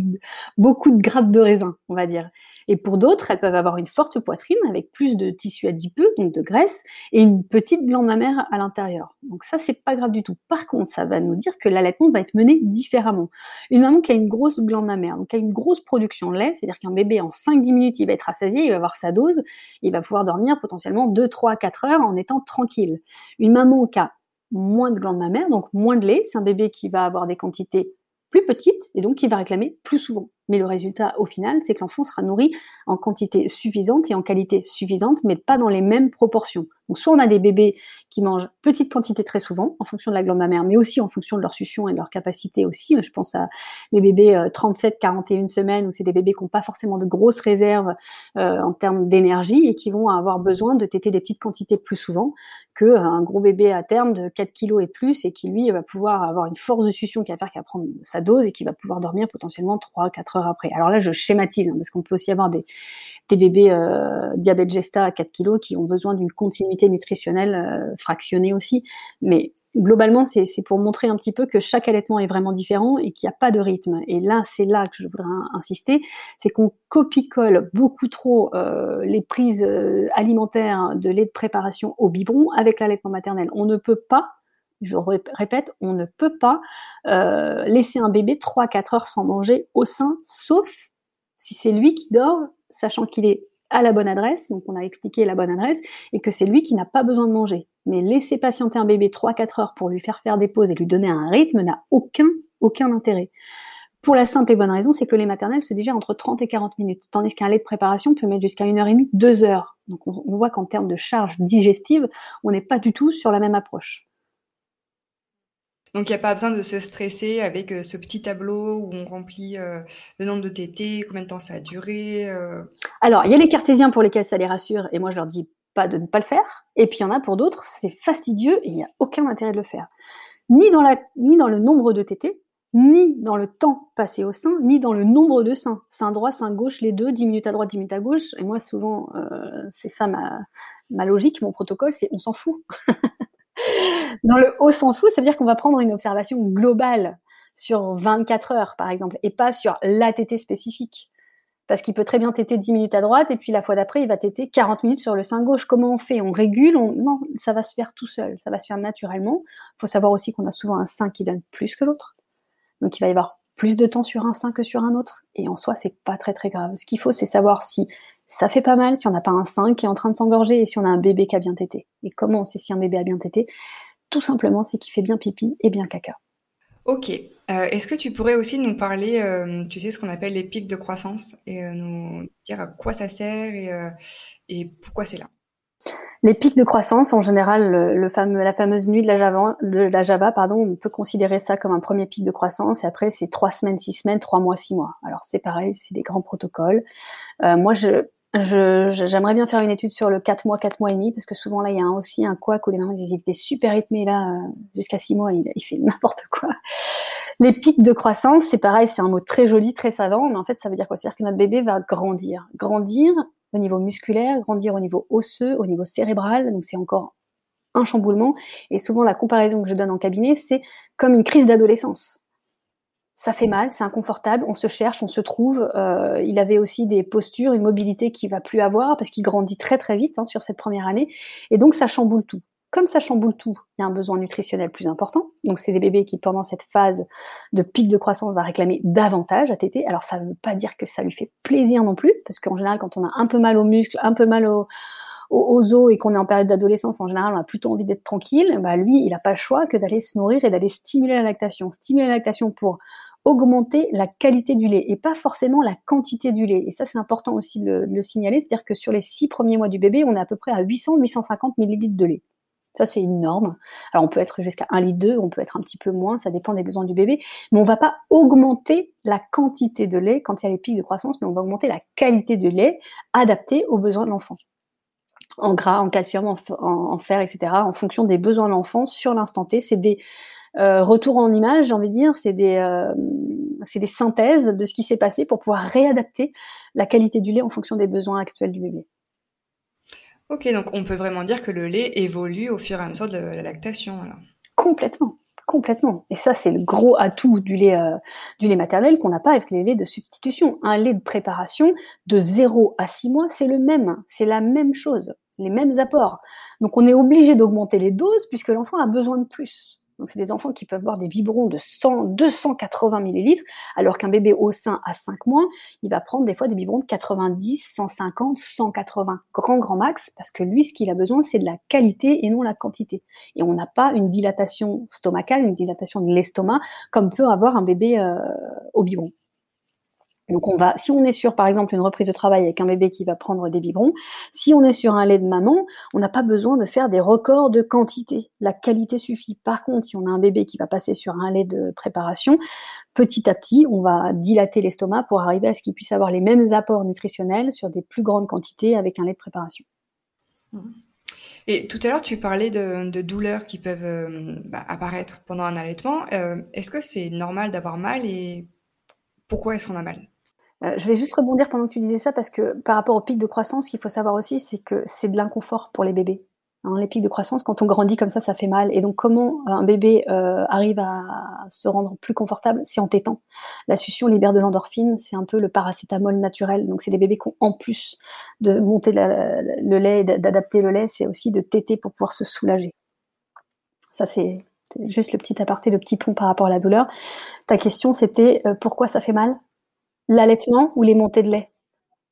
de grappes de raisin, on va dire. Et pour d'autres, elles peuvent avoir une forte poitrine avec plus de tissu adipeux, donc de graisse, et une petite glande mammaire à l'intérieur. Donc ça, c'est pas grave du tout. Par contre, ça va nous dire que l'allaitement va être mené différemment. Une maman qui a une grosse glande mammaire, donc qui a une grosse production de lait, c'est-à-dire qu'un bébé en 5-10 minutes, il va être rassasié, il va avoir sa dose, il va pouvoir dormir potentiellement 2, 3, 4 heures en étant tranquille. Une maman qui a moins de glande mammaire, donc moins de lait, c'est un bébé qui va avoir des quantités plus petites et donc qui va réclamer plus souvent. Mais le résultat, au final, c'est que l'enfant sera nourri en quantité suffisante et en qualité suffisante, mais pas dans les mêmes proportions. Donc soit on a des bébés qui mangent petite quantité très souvent, en fonction de la glande mammaire, mais aussi en fonction de leur succion et de leur capacité aussi. Je pense à les bébés 37-41 semaines, où c'est des bébés qui n'ont pas forcément de grosses réserves en termes d'énergie et qui vont avoir besoin de téter des petites quantités plus souvent qu'un gros bébé à terme de 4 kilos et plus, et qui lui va pouvoir avoir une force de succion qui va faire qu'il va prendre sa dose et qui va pouvoir dormir potentiellement 3-4 heures après. Alors là, je schématise, parce qu'on peut aussi avoir des bébés diabète gesta à 4 kilos qui ont besoin d'une continuité nutritionnelle fractionnée aussi. Mais globalement, c'est pour montrer un petit peu que chaque allaitement est vraiment différent et qu'il n'y a pas de rythme. Et là, c'est là que je voudrais insister, c'est qu'on copie-colle beaucoup trop les prises alimentaires de lait de préparation au biberon avec l'allaitement maternel. On ne peut pas, je répète, on ne peut pas laisser un bébé 3-4 heures sans manger au sein, sauf si c'est lui qui dort, sachant qu'il est à la bonne adresse, donc on a expliqué la bonne adresse, et que c'est lui qui n'a pas besoin de manger. Mais laisser patienter un bébé 3-4 heures pour lui faire des pauses et lui donner un rythme n'a aucun intérêt. Pour la simple et bonne raison, c'est que le lait maternel se digère entre 30 et 40 minutes, tandis qu'un lait de préparation peut mettre jusqu'à 1h30, 2 heures. Donc on voit qu'en termes de charge digestive, on n'est pas du tout sur la même approche. Donc, il n'y a pas besoin de se stresser avec ce petit tableau où on remplit le nombre de tétés, combien de temps ça a duré. Alors, il y a les cartésiens pour lesquels ça les rassure, et moi je leur dis pas de ne pas le faire. Et puis il y en a pour d'autres, c'est fastidieux et il n'y a aucun intérêt de le faire. Ni dans le nombre de tétés, ni dans le temps passé au sein, ni dans le nombre de seins. Sein droit, sein gauche, les deux, 10 minutes à droite, 10 minutes à gauche. Et moi, souvent, c'est ça ma logique, mon protocole, c'est on s'en fout. Dans le on s'en fout, ça veut dire qu'on va prendre une observation globale sur 24 heures, par exemple, et pas sur la tétée spécifique. Parce qu'il peut très bien téter 10 minutes à droite, et puis la fois d'après, il va téter 40 minutes sur le sein gauche. Comment on fait? On régule? Non, ça va se faire tout seul, ça va se faire naturellement. Il faut savoir aussi qu'on a souvent un sein qui donne plus que l'autre. Donc il va y avoir plus de temps sur un sein que sur un autre. Et en soi, c'est pas très très grave. Ce qu'il faut, c'est savoir si ça fait pas mal, si on n'a pas un sein qui est en train de s'engorger, et si on a un bébé qui a bien tété. Et comment on sait si un bébé a bien tété? Tout simplement, c'est qu'il fait bien pipi et bien caca. Ok. Est-ce que tu pourrais aussi nous parler, tu sais, ce qu'on appelle les pics de croissance et nous dire à quoi ça sert et pourquoi c'est là? Les pics de croissance, en général, la fameuse nuit de la Java, on peut considérer ça comme un premier pic de croissance, et après c'est 3 semaines, 6 semaines, 3 mois, 6 mois. Alors c'est pareil, c'est des grands protocoles. Moi, j'aimerais bien faire une étude sur le 4 mois, 4 mois et demi, parce que souvent là, il y a aussi un couac où les mamans disent, il était super rythmé là, jusqu'à 6 mois, il fait n'importe quoi. Les pics de croissance, c'est pareil, c'est un mot très joli, très savant, mais en fait, ça veut dire quoi? C'est-à-dire que notre bébé va grandir au niveau musculaire, grandir au niveau osseux, au niveau cérébral, donc c'est encore un chamboulement. Et souvent, la comparaison que je donne en cabinet, c'est comme une crise d'adolescence. Ça fait mal, c'est inconfortable, on se cherche, on se trouve. Il avait aussi des postures, une mobilité qu'il va plus avoir parce qu'il grandit très très vite sur cette première année. Et donc, ça chamboule tout. comme ça chamboule tout, il y a un besoin nutritionnel plus important. Donc, c'est des bébés qui, pendant cette phase de pic de croissance, va réclamer davantage à téter. Alors, ça ne veut pas dire que ça lui fait plaisir non plus, parce qu'en général, quand on a un peu mal aux muscles, un peu mal aux os et qu'on est en période d'adolescence, en général, on a plutôt envie d'être tranquille. Bah, lui, il n'a pas le choix que d'aller se nourrir et d'aller stimuler la lactation. Stimuler la lactation pour augmenter la qualité du lait et pas forcément la quantité du lait. Et ça, c'est important aussi de le signaler, c'est-à-dire que sur les 6 premiers mois du bébé, on est à peu près à 800-850 millilitres de lait. Ça, c'est une norme. Alors, on peut être jusqu'à 1,2 litre, on peut être un petit peu moins, ça dépend des besoins du bébé, mais on ne va pas augmenter la quantité de lait quand il y a les pics de croissance, mais on va augmenter la qualité du lait adaptée aux besoins de l'enfant. En gras, en calcium, en fer, etc., en fonction des besoins de l'enfant sur l'instant T. C'est des retours en images, j'ai envie de dire, c'est des synthèses de ce qui s'est passé pour pouvoir réadapter la qualité du lait en fonction des besoins actuels du bébé. Ok, donc on peut vraiment dire que le lait évolue au fur et à mesure de la lactation, alors. Complètement. Et ça, c'est le gros atout du lait maternel qu'on n'a pas avec les laits de substitution. Un lait de préparation de 0 à 6 mois, c'est la même chose, les mêmes apports. Donc, on est obligé d'augmenter les doses puisque l'enfant a besoin de plus. Donc, c'est des enfants qui peuvent boire des biberons de 100, 280 millilitres, alors qu'un bébé au sein à 5 mois, il va prendre des fois des biberons de 90, 150, 180, grand max, parce que lui, ce qu'il a besoin, c'est de la qualité et non la quantité. Et on n'a pas une dilatation stomacale, une dilatation de l'estomac, comme peut avoir un bébé au biberon. Donc si on est sur, par exemple, une reprise de travail avec un bébé qui va prendre des biberons, si on est sur un lait de maman, on n'a pas besoin de faire des records de quantité. La qualité suffit. Par contre, si on a un bébé qui va passer sur un lait de préparation, petit à petit, on va dilater l'estomac pour arriver à ce qu'il puisse avoir les mêmes apports nutritionnels sur des plus grandes quantités avec un lait de préparation. Et tout à l'heure, tu parlais de douleurs qui peuvent apparaître pendant un allaitement. Est-ce que c'est normal d'avoir mal et pourquoi est-ce qu'on a mal ? Je vais juste rebondir pendant que tu disais ça, parce que par rapport au pic de croissance, ce qu'il faut savoir aussi, c'est que c'est de l'inconfort pour les bébés. Les pics de croissance, quand on grandit comme ça fait mal. Et donc, comment un bébé arrive à se rendre plus confortable ? C'est en tétant. La succion libère de l'endorphine, c'est un peu le paracétamol naturel. Donc, c'est des bébés qui ont, en plus de monter le lait, d'adapter le lait, c'est aussi de téter pour pouvoir se soulager. Ça, c'est juste le petit aparté, le petit pont par rapport à la douleur. Ta question, c'était pourquoi ça fait mal ? L'allaitement ou les montées de lait ?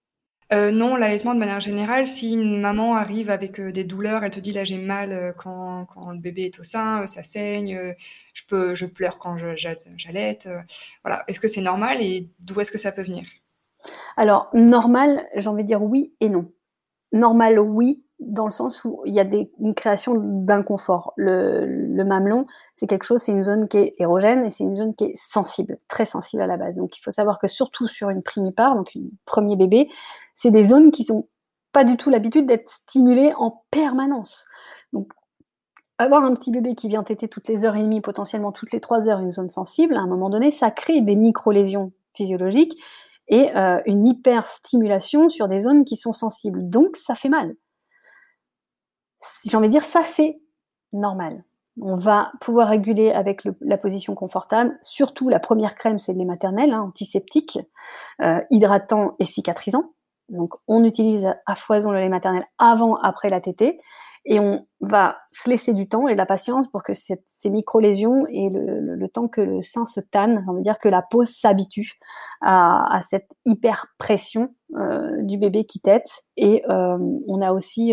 Non, l'allaitement de manière générale, si une maman arrive avec des douleurs, elle te dit là j'ai mal quand le bébé est au sein, ça saigne, je pleure quand j'allaite, voilà. Est-ce que c'est normal et d'où est-ce que ça peut venir ? Alors, normal, j'ai envie de dire oui et non. Normal, oui, dans le sens où il y a une création d'inconfort. Le mamelon, c'est une zone qui est érogène et c'est une zone qui est sensible, très sensible à la base. Donc, il faut savoir que surtout sur une primipare, donc un premier bébé, c'est des zones qui sont pas du tout l'habitude d'être stimulées en permanence. Donc, avoir un petit bébé qui vient téter toutes les heures et demie, potentiellement toutes les 3 heures, une zone sensible, à un moment donné, ça crée des micro-lésions physiologiques et une hyperstimulation sur des zones qui sont sensibles. Donc, ça fait mal. J'ai envie de dire, ça, c'est normal. On va pouvoir réguler avec la position confortable. Surtout, la première crème, c'est le lait maternel, antiseptique, hydratant et cicatrisant. Donc, on utilise à foison le lait maternel avant, après la tétée. Et on va se laisser du temps et de la patience pour que ces micro-lésions et le temps que le sein se tanne, on veut dire que la peau s'habitue à cette hyper-pression du bébé qui tète. Et on a aussi,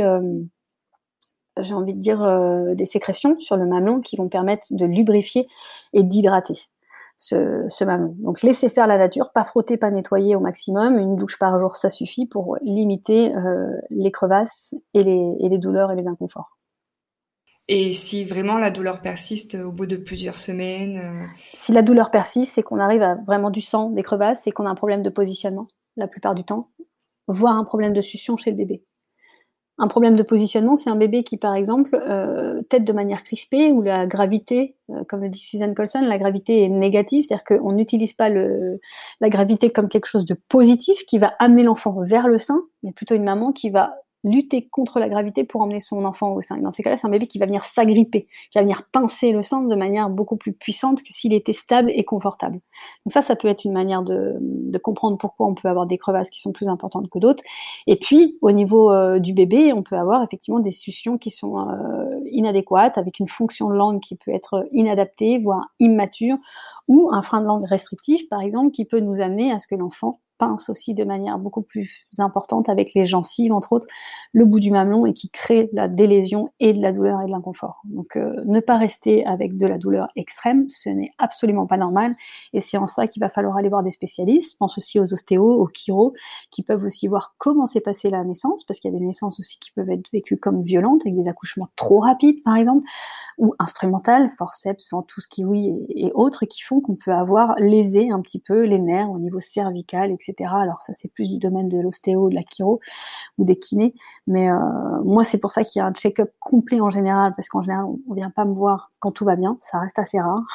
j'ai envie de dire, des sécrétions sur le mamelon qui vont permettre de lubrifier et d'hydrater ce mamelon. Donc laisser faire la nature, pas frotter, pas nettoyer au maximum, une douche par jour ça suffit pour limiter les crevasses et les douleurs et les inconforts. Et si vraiment la douleur persiste au bout de plusieurs semaines Si la douleur persiste, c'est qu'on arrive à vraiment du sang, des crevasses, et qu'on a un problème de positionnement la plupart du temps, voire un problème de succion chez le bébé. Un problème de positionnement, c'est un bébé qui, par exemple, tète de manière crispée, où la gravité, comme le dit Suzanne Colson, la gravité est négative, c'est-à-dire qu'on n'utilise pas la gravité comme quelque chose de positif qui va amener l'enfant vers le sein, mais plutôt une maman qui va lutter contre la gravité pour emmener son enfant au sein. Et dans ces cas-là, c'est un bébé qui va venir s'agripper, qui va venir pincer le sein de manière beaucoup plus puissante que s'il était stable et confortable. Donc ça peut être une manière de comprendre pourquoi on peut avoir des crevasses qui sont plus importantes que d'autres. Et puis, au niveau du bébé, on peut avoir effectivement des suctions qui sont inadéquates, avec une fonction de langue qui peut être inadaptée, voire immature, ou un frein de langue restrictif, par exemple, qui peut nous amener à ce que l'enfant pince aussi de manière beaucoup plus importante avec les gencives, entre autres, le bout du mamelon, et qui crée des lésions et de la douleur et de l'inconfort. Donc, ne pas rester avec de la douleur extrême, ce n'est absolument pas normal, et c'est en ça qu'il va falloir aller voir des spécialistes. Je pense aussi aux ostéos, aux chiro, qui peuvent aussi voir comment s'est passée la naissance, parce qu'il y a des naissances aussi qui peuvent être vécues comme violentes, avec des accouchements trop rapides, par exemple, ou instrumentales, forceps, tout ce qui et autres, qui font qu'on peut avoir lésé un petit peu les nerfs au niveau cervical, etc. Alors ça, c'est plus du domaine de l'ostéo, de la chiro ou des kinés, mais moi, c'est pour ça qu'il y a un check-up complet en général, parce qu'en général, on vient pas me voir quand tout va bien, ça reste assez rare,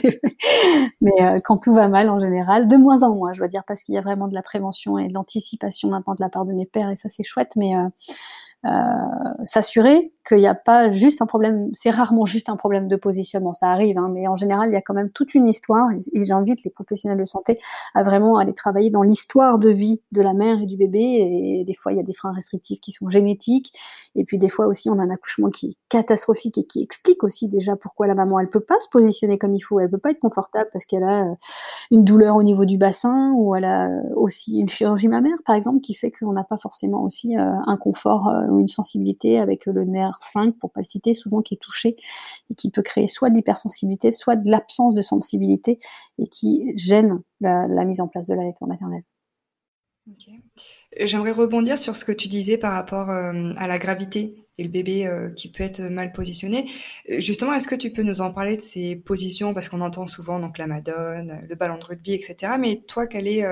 mais quand tout va mal, en général, de moins en moins, je dois dire, parce qu'il y a vraiment de la prévention et de l'anticipation maintenant de la part de mes pairs, et ça, c'est chouette, mais s'assurer qu'il n'y a pas juste un problème, c'est rarement juste un problème de positionnement, ça arrive, hein, mais en général, il y a quand même toute une histoire, et j'invite les professionnels de santé à vraiment aller travailler dans l'histoire de vie de la mère et du bébé, et des fois, il y a des freins restrictifs qui sont génétiques, et puis des fois aussi, on a un accouchement qui est catastrophique et qui explique aussi déjà pourquoi la maman, elle peut pas se positionner comme il faut, elle peut pas être confortable parce qu'elle a une douleur au niveau du bassin, ou elle a aussi une chirurgie mammaire, par exemple, qui fait qu'on n'a pas forcément aussi un confort ou une sensibilité avec le nerf 5, pour pas le citer, souvent qui est touché, et qui peut créer soit de l'hypersensibilité, soit de l'absence de sensibilité, et qui gêne la mise en place de l'allaitement maternel. Okay. J'aimerais rebondir sur ce que tu disais par rapport à la gravité et le bébé qui peut être mal positionné. Justement, est-ce que tu peux nous en parler de ces positions, parce qu'on entend souvent donc la madone, le ballon de rugby, etc. Mais toi, quelle est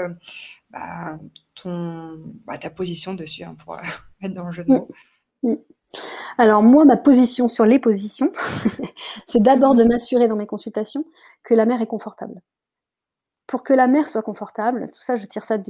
ta position dessus, hein, pour mettre dans le jeu de mots? Alors moi, ma position sur les positions, c'est d'abord de m'assurer dans mes consultations que la mère est confortable. Pour que la mère soit confortable, tout ça, je tire ça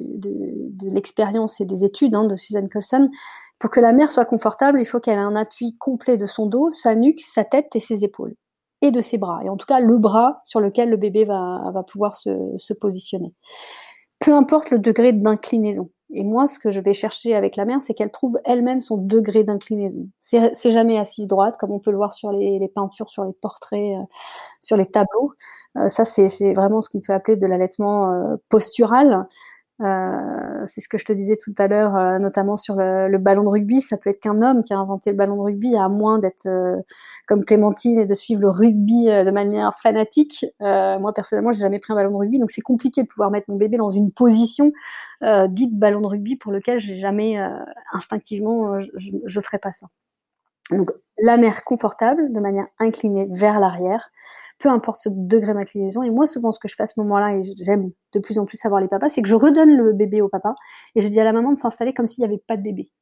de l'expérience et des études de Suzanne Colson. Pour que la mère soit confortable, il faut qu'elle ait un appui complet de son dos, sa nuque, sa tête et ses épaules, et de ses bras. Et en tout cas, le bras sur lequel le bébé va pouvoir se positionner. Peu importe le degré d'inclinaison. Et moi, ce que je vais chercher avec la mère, c'est qu'elle trouve elle-même son degré d'inclinaison. C'est jamais assise droite, comme on peut le voir sur les peintures, sur les portraits, sur les tableaux. Ça, c'est vraiment ce qu'on peut appeler de l'allaitement postural. C'est ce que je te disais tout à l'heure, notamment sur le ballon de rugby. Ça peut être qu'un homme qui a inventé le ballon de rugby, à moins d'être comme Clémentine et de suivre le rugby de manière fanatique. Moi, personnellement, j'ai jamais pris un ballon de rugby, donc c'est compliqué de pouvoir mettre mon bébé dans une position dite ballon de rugby, pour lequel j'ai jamais instinctivement, je ferais pas ça. Donc, la mère confortable, de manière inclinée vers l'arrière, peu importe ce degré d'inclinaison. Et moi, souvent, ce que je fais à ce moment-là, et j'aime de plus en plus savoir les papas, c'est que je redonne le bébé au papa, et je dis à la maman de s'installer comme s'il n'y avait pas de bébé.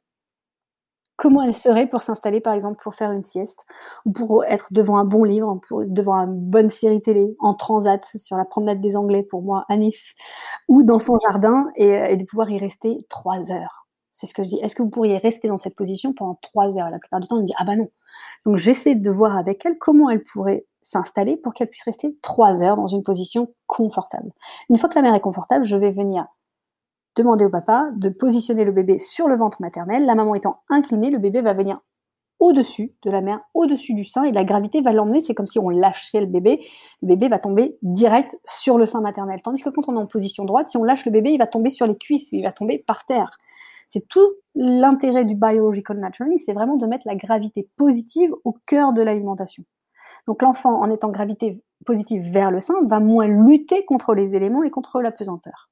Comment elle serait pour s'installer, par exemple, pour faire une sieste, ou pour être devant un bon livre, devant une bonne série télé, en transat, sur la promenade des Anglais, pour moi, à Nice, ou dans son jardin, et de pouvoir y rester 3 heures. C'est ce que je dis. Est-ce que vous pourriez rester dans cette position pendant 3 heures? La plupart du temps, on me dit « Ah bah non ». Donc, j'essaie de voir avec elle comment elle pourrait s'installer pour qu'elle puisse rester 3 heures dans une position confortable. Une fois que la mère est confortable, je vais venir demander au papa de positionner le bébé sur le ventre maternel. La maman étant inclinée, le bébé va venir au-dessus de la mère, au-dessus du sein, et la gravité va l'emmener. C'est comme si on lâchait le bébé va tomber direct sur le sein maternel. Tandis que quand on est en position droite, si on lâche le bébé, il va tomber sur les cuisses, il va tomber par terre. C'est tout l'intérêt du biological nurturing, c'est vraiment de mettre la gravité positive au cœur de l'alimentation. Donc l'enfant, en étant gravité positive vers le sein, va moins lutter contre les éléments et contre la pesanteur.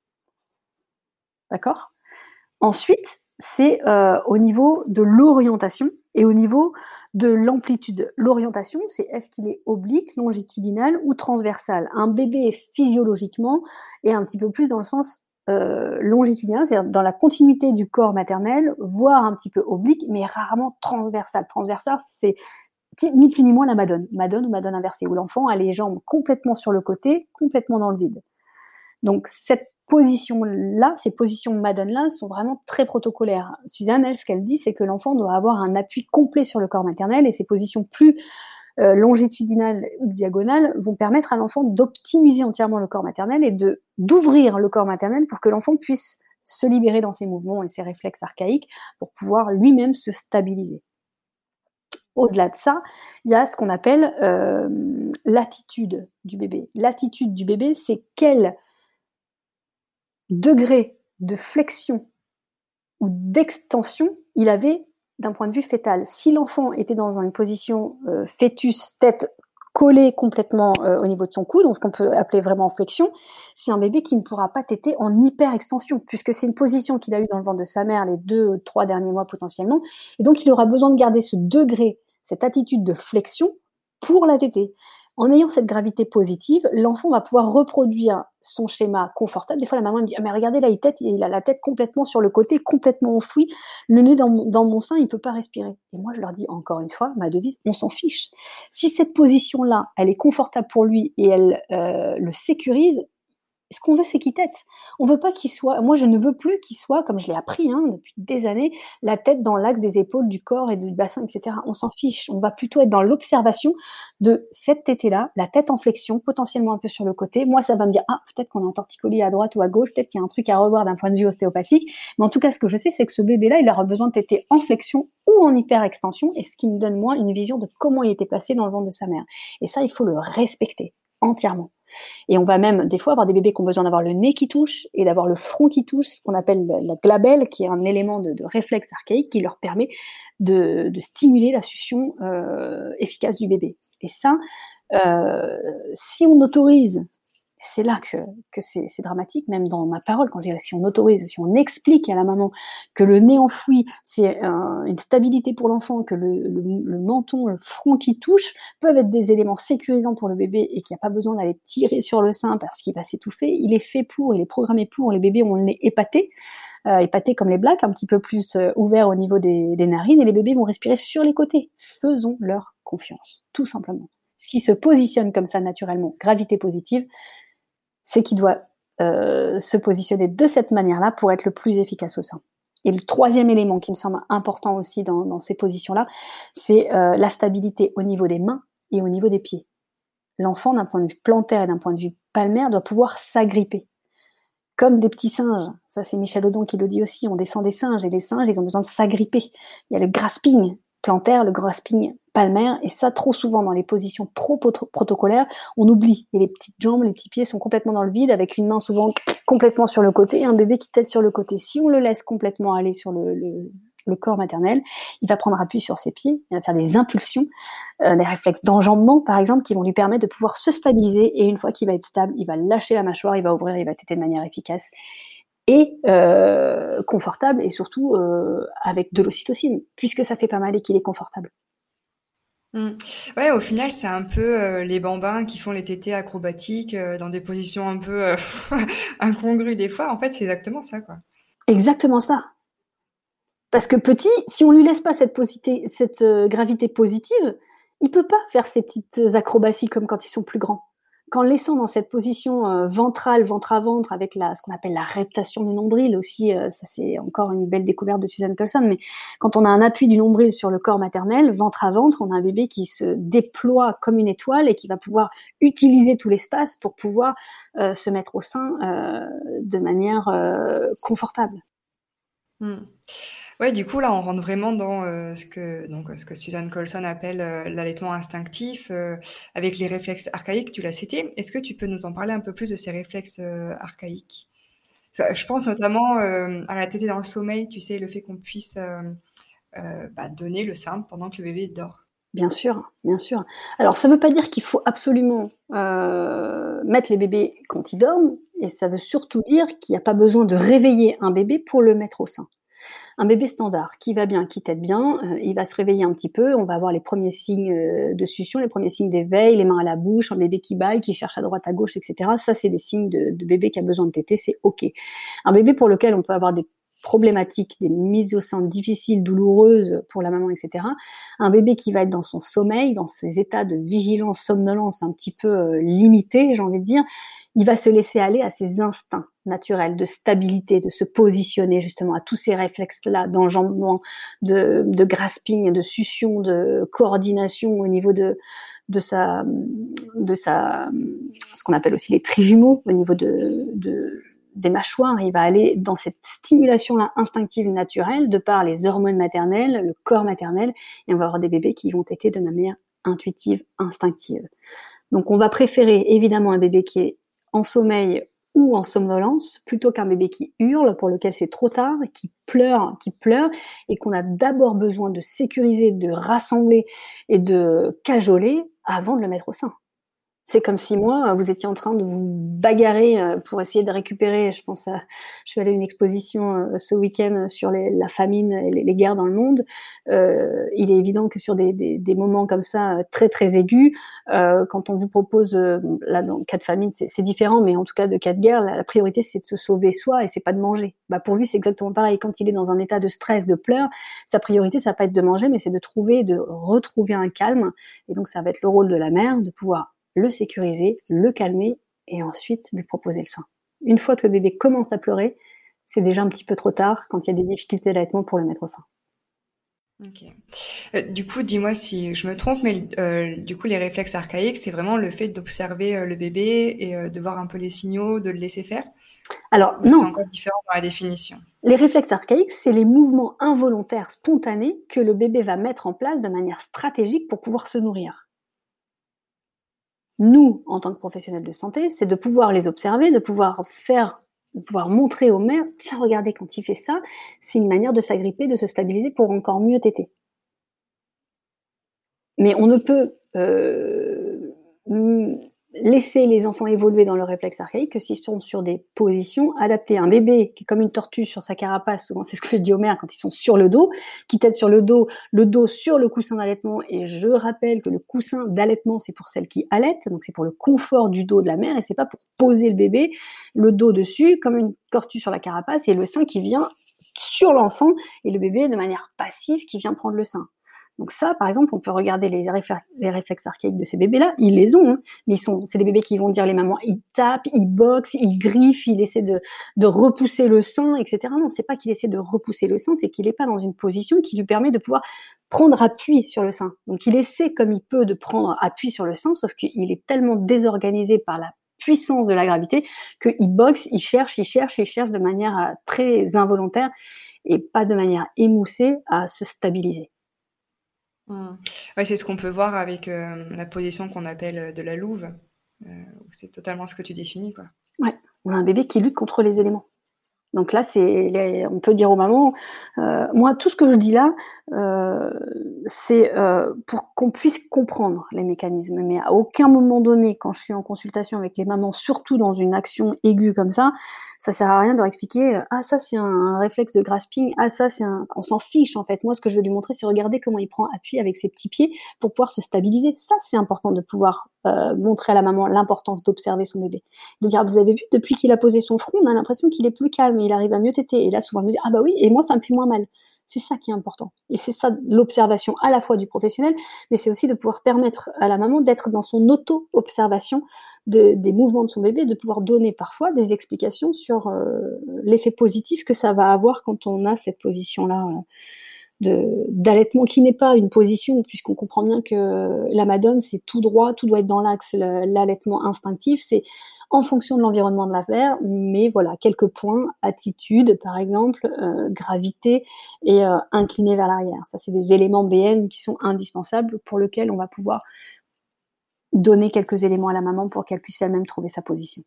D'accord ? Ensuite, c'est au niveau de l'orientation et au niveau de l'amplitude. L'orientation, c'est est-ce qu'il est oblique, longitudinal ou transversal. Un bébé, physiologiquement, est un petit peu plus dans le sens longitudinal, c'est-à-dire dans la continuité du corps maternel, voire un petit peu oblique, mais rarement transversal. Transversal, c'est ni plus ni moins la madone ou madone inversée, où l'enfant a les jambes complètement sur le côté, complètement dans le vide. Donc cette positions-là, ces positions Madone-là, sont vraiment très protocolaires. Suzanne, elle, ce qu'elle dit, c'est que l'enfant doit avoir un appui complet sur le corps maternel, et ces positions plus longitudinales ou diagonales vont permettre à l'enfant d'optimiser entièrement le corps maternel et d'ouvrir le corps maternel pour que l'enfant puisse se libérer dans ses mouvements et ses réflexes archaïques pour pouvoir lui-même se stabiliser. Au-delà de ça, il y a ce qu'on appelle l'attitude du bébé. L'attitude du bébé, c'est quel degré de flexion ou d'extension il avait d'un point de vue fœtal. Si l'enfant était dans une position fœtus, tête collée complètement au niveau de son cou, donc ce qu'on peut appeler vraiment flexion, c'est un bébé qui ne pourra pas téter en hyper-extension, puisque c'est une position qu'il a eue dans le ventre de sa mère les 2-3 derniers mois potentiellement, et donc il aura besoin de garder ce degré, cette attitude de flexion pour la téter. En ayant cette gravité positive, l'enfant va pouvoir reproduire son schéma confortable. Des fois, la maman me dit « Ah, mais regardez là, il a la tête complètement sur le côté, complètement enfoui, le nez dans mon sein, il ne peut pas respirer. » Et moi, je leur dis encore une fois, ma devise, on s'en fiche. Si cette position-là, elle est confortable pour lui et elle le sécurise, ce qu'on veut, c'est qu'il tète. On veut pas qu'il soit, moi je ne veux plus qu'il soit, comme je l'ai appris depuis des années, la tête dans l'axe des épaules, du corps et du bassin, etc. On s'en fiche. On va plutôt être dans l'observation de cette tétée-là, la tête en flexion, potentiellement un peu sur le côté. Moi, ça va me dire, ah, peut-être qu'on a un torticolis à droite ou à gauche, peut-être qu'il y a un truc à revoir d'un point de vue ostéopathique. Mais en tout cas, ce que je sais, c'est que ce bébé-là, il aura besoin de téter en flexion ou en hyper-extension, et ce qui me donne, moi, une vision de comment il était placé dans le ventre de sa mère. Et ça, il faut le respecter entièrement. Et on va même des fois avoir des bébés qui ont besoin d'avoir le nez qui touche et d'avoir le front qui touche, ce qu'on appelle la glabelle, qui est un élément de réflexe archaïque qui leur permet de stimuler la succion efficace du bébé. Et ça, si on autorise, c'est là que c'est dramatique, même dans ma parole, quand je dis si on autorise, si on explique à la maman que le nez enfoui, c'est une stabilité pour l'enfant, que le menton, le front qui touche, peuvent être des éléments sécurisants pour le bébé et qu'il n'y a pas besoin d'aller tirer sur le sein parce qu'il va s'étouffer. Il est fait pour, il est programmé pour, les bébés ont le nez épaté comme les blacks, un petit peu plus ouvert au niveau des narines, et les bébés vont respirer sur les côtés. Faisons leur confiance, tout simplement. S'il se positionne comme ça naturellement, gravité positive, c'est qu'il doit se positionner de cette manière-là pour être le plus efficace au sein. Et le troisième élément qui me semble important aussi dans ces positions-là, c'est la stabilité au niveau des mains et au niveau des pieds. L'enfant, d'un point de vue plantaire et d'un point de vue palmaire, doit pouvoir s'agripper. Comme des petits singes, ça c'est Michel Audon qui le dit aussi, on descend des singes, et les singes, ils ont besoin de s'agripper. Il y a le grasping plantaire, le grasping palmaire, et ça, trop souvent, dans les positions trop protocolaires, on oublie. Et les petites jambes, les petits pieds sont complètement dans le vide, avec une main souvent complètement sur le côté, et un bébé qui tète sur le côté. Si on le laisse complètement aller sur le corps maternel, il va prendre appui sur ses pieds, il va faire des impulsions, des réflexes d'enjambement, par exemple, qui vont lui permettre de pouvoir se stabiliser, et une fois qu'il va être stable, il va lâcher la mâchoire, il va ouvrir, il va téter de manière efficace et confortable, et surtout avec de l'ocytocine, puisque ça fait pas mal et qu'il est confortable. Ouais, au final, c'est un peu les bambins qui font les tétés acrobatiques dans des positions un peu incongrues des fois. En fait, c'est exactement ça, quoi. Exactement ça. Parce que petit, si on lui laisse pas cette gravité positive, il peut pas faire ces petites acrobaties comme quand ils sont plus grands. Qu'en le laissant dans cette position ventrale, ventre à ventre, avec ce qu'on appelle la reptation du nombril aussi, ça c'est encore une belle découverte de Suzanne Colson, mais quand on a un appui du nombril sur le corps maternel, ventre à ventre, on a un bébé qui se déploie comme une étoile et qui va pouvoir utiliser tout l'espace pour pouvoir se mettre au sein de manière confortable. Ouais, du coup, là, on rentre vraiment dans ce que Suzanne Colson appelle l'allaitement instinctif, avec les réflexes archaïques, tu l'as cité. Est-ce que tu peux nous en parler un peu plus de ces réflexes archaïques? Je pense notamment à la tétée dans le sommeil, tu sais, le fait qu'on puisse donner le sein pendant que le bébé dort. Bien sûr, bien sûr. Alors, ça ne veut pas dire qu'il faut absolument mettre les bébés quand ils dorment, et ça veut surtout dire qu'il n'y a pas besoin de réveiller un bébé pour le mettre au sein. Un bébé standard qui va bien, qui tète bien, il va se réveiller un petit peu, on va avoir les premiers signes de succion, les premiers signes d'éveil, les mains à la bouche, un bébé qui bâille, qui cherche à droite, à gauche, etc. Ça, c'est des signes de bébé qui a besoin de téter, c'est OK. Un bébé pour lequel on peut avoir des problématiques, des mises au sein difficiles, douloureuses pour la maman, etc. Un bébé qui va être dans son sommeil, dans ses états de vigilance, somnolence un petit peu limités, j'ai envie de dire, il va se laisser aller à ses instincts naturels de stabilité, de se positionner justement à tous ces réflexes-là d'enjambement, de grasping, de succion, de coordination au niveau de sa, ce qu'on appelle aussi les trijumeaux, au niveau des mâchoires. Il va aller dans cette stimulation-là instinctive naturelle de par les hormones maternelles, le corps maternel, et on va avoir des bébés qui vont être de manière intuitive, instinctive. Donc on va préférer évidemment un bébé qui est en sommeil ou en somnolence, plutôt qu'un bébé qui hurle, pour lequel c'est trop tard, qui pleure, et qu'on a d'abord besoin de sécuriser, de rassembler et de cajoler avant de le mettre au sein. C'est comme si moi, vous étiez en train de vous bagarrer pour essayer de récupérer, je suis allée à une exposition ce week-end sur la famine et les guerres dans le monde. Il est évident que sur des moments comme ça, très très aigus, quand on vous propose, là dans le cas de famine c'est différent, mais en tout cas de cas de guerre, la priorité c'est de se sauver soi et c'est pas de manger. Bah pour lui c'est exactement pareil, quand il est dans un état de stress, de pleurs, sa priorité ça va pas être de manger, mais c'est de retrouver un calme, et donc ça va être le rôle de la mère de pouvoir le sécuriser, le calmer et ensuite lui proposer le sein. Une fois que le bébé commence à pleurer, c'est déjà un petit peu trop tard quand il y a des difficultés d'allaitement pour le mettre au sein. Ok. Du coup, dis-moi si je me trompe, mais du coup, les réflexes archaïques, c'est vraiment le fait d'observer le bébé et de voir un peu les signaux, de le laisser faire? Alors, Ou non. c'est encore différent dans la définition? Les réflexes archaïques, c'est les mouvements involontaires spontanés que le bébé va mettre en place de manière stratégique pour pouvoir se nourrir. Nous, en tant que professionnels de santé, c'est de pouvoir les observer, de pouvoir montrer aux mères, tiens, regardez, quand il fait ça, c'est une manière de s'agripper, de se stabiliser pour encore mieux téter. Mais on ne peut laisser les enfants évoluer dans leur réflexe archaïque que s'ils sont sur des positions adaptées. Un bébé qui est comme une tortue sur sa carapace, souvent c'est ce que je dis aux mères quand ils sont sur le dos, qui tètent sur le dos sur le coussin d'allaitement, et je rappelle que le coussin d'allaitement c'est pour celles qui allaitent, donc c'est pour le confort du dos de la mère et c'est pas pour poser le bébé, le dos dessus comme une tortue sur la carapace et le sein qui vient sur l'enfant et le bébé de manière passive qui vient prendre le sein. Donc ça, par exemple, on peut regarder les réflexes archaïques de ces bébés-là, ils les ont, hein, mais c'est des bébés qui vont dire les mamans, ils tapent, ils boxent, ils griffent, ils essaient de repousser le sein, etc. Non, c'est pas qu'il essaie de repousser le sein, c'est qu'il n'est pas dans une position qui lui permet de pouvoir prendre appui sur le sein. Donc il essaie comme il peut de prendre appui sur le sein, sauf qu'il est tellement désorganisé par la puissance de la gravité qu'il boxe, il cherche de manière très involontaire et pas de manière émoussée à se stabiliser. Ouais, c'est ce qu'on peut voir avec la position qu'on appelle de la louve. C'est totalement ce que tu définis, quoi. Ouais, on a un bébé qui lutte contre les éléments. Donc là, on peut dire aux mamans, moi, tout ce que je dis là, c'est pour qu'on puisse comprendre les mécanismes. Mais à aucun moment donné, quand je suis en consultation avec les mamans, surtout dans une action aiguë comme ça sert à rien de leur expliquer, ah ça c'est un réflexe de grasping, ah ça on s'en fiche en fait. Moi, ce que je veux lui montrer, c'est regarder comment il prend appui avec ses petits pieds pour pouvoir se stabiliser. Ça, c'est important de pouvoir montrer à la maman l'importance d'observer son bébé. De dire, vous avez vu, depuis qu'il a posé son front, on a l'impression qu'il est plus calme et il arrive à mieux téter. Et là, souvent, elle me dit, ah bah oui, et moi, ça me fait moins mal. C'est ça qui est important. Et c'est ça l'observation à la fois du professionnel, mais c'est aussi de pouvoir permettre à la maman d'être dans son auto-observation des mouvements de son bébé, de pouvoir donner parfois des explications sur l'effet positif que ça va avoir quand on a cette position-là d'allaitement qui n'est pas une position, puisqu'on comprend bien que la madone, c'est tout droit, tout doit être dans l'axe, l'allaitement instinctif, c'est en fonction de l'environnement de la mère, mais voilà, quelques points, attitude par exemple, gravité et incliné vers l'arrière. Ça, c'est des éléments BN qui sont indispensables pour lesquels on va pouvoir donner quelques éléments à la maman pour qu'elle puisse elle-même trouver sa position.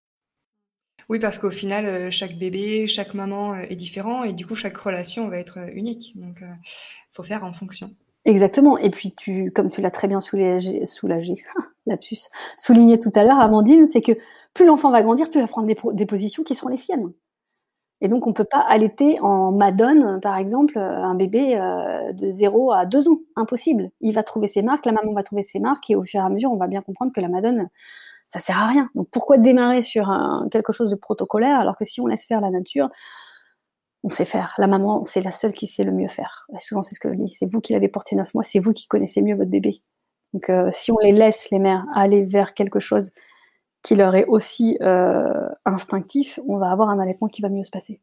Oui, parce qu'au final, chaque bébé, chaque maman est différent et du coup, chaque relation va être unique. Donc, faut faire en fonction. Exactement. Et puis, comme tu l'as très bien souligné tout à l'heure, Amandine, c'est que plus l'enfant va grandir, plus il va prendre des positions qui seront les siennes. Et donc, on peut pas allaiter en madone, par exemple, un bébé de 0 à 2 ans. Impossible. Il va trouver ses marques, la maman va trouver ses marques, et au fur et à mesure, on va bien comprendre que la madone, ça sert à rien. Donc, pourquoi démarrer sur quelque chose de protocolaire alors que si on laisse faire la nature, on sait faire. La maman, c'est la seule qui sait le mieux faire. Et souvent, c'est ce que je dis. C'est vous qui l'avez porté 9 mois, c'est vous qui connaissez mieux votre bébé. Donc, si on les laisse, les mères, aller vers quelque chose qui leur est aussi instinctif, on va avoir un allaitement qui va mieux se passer.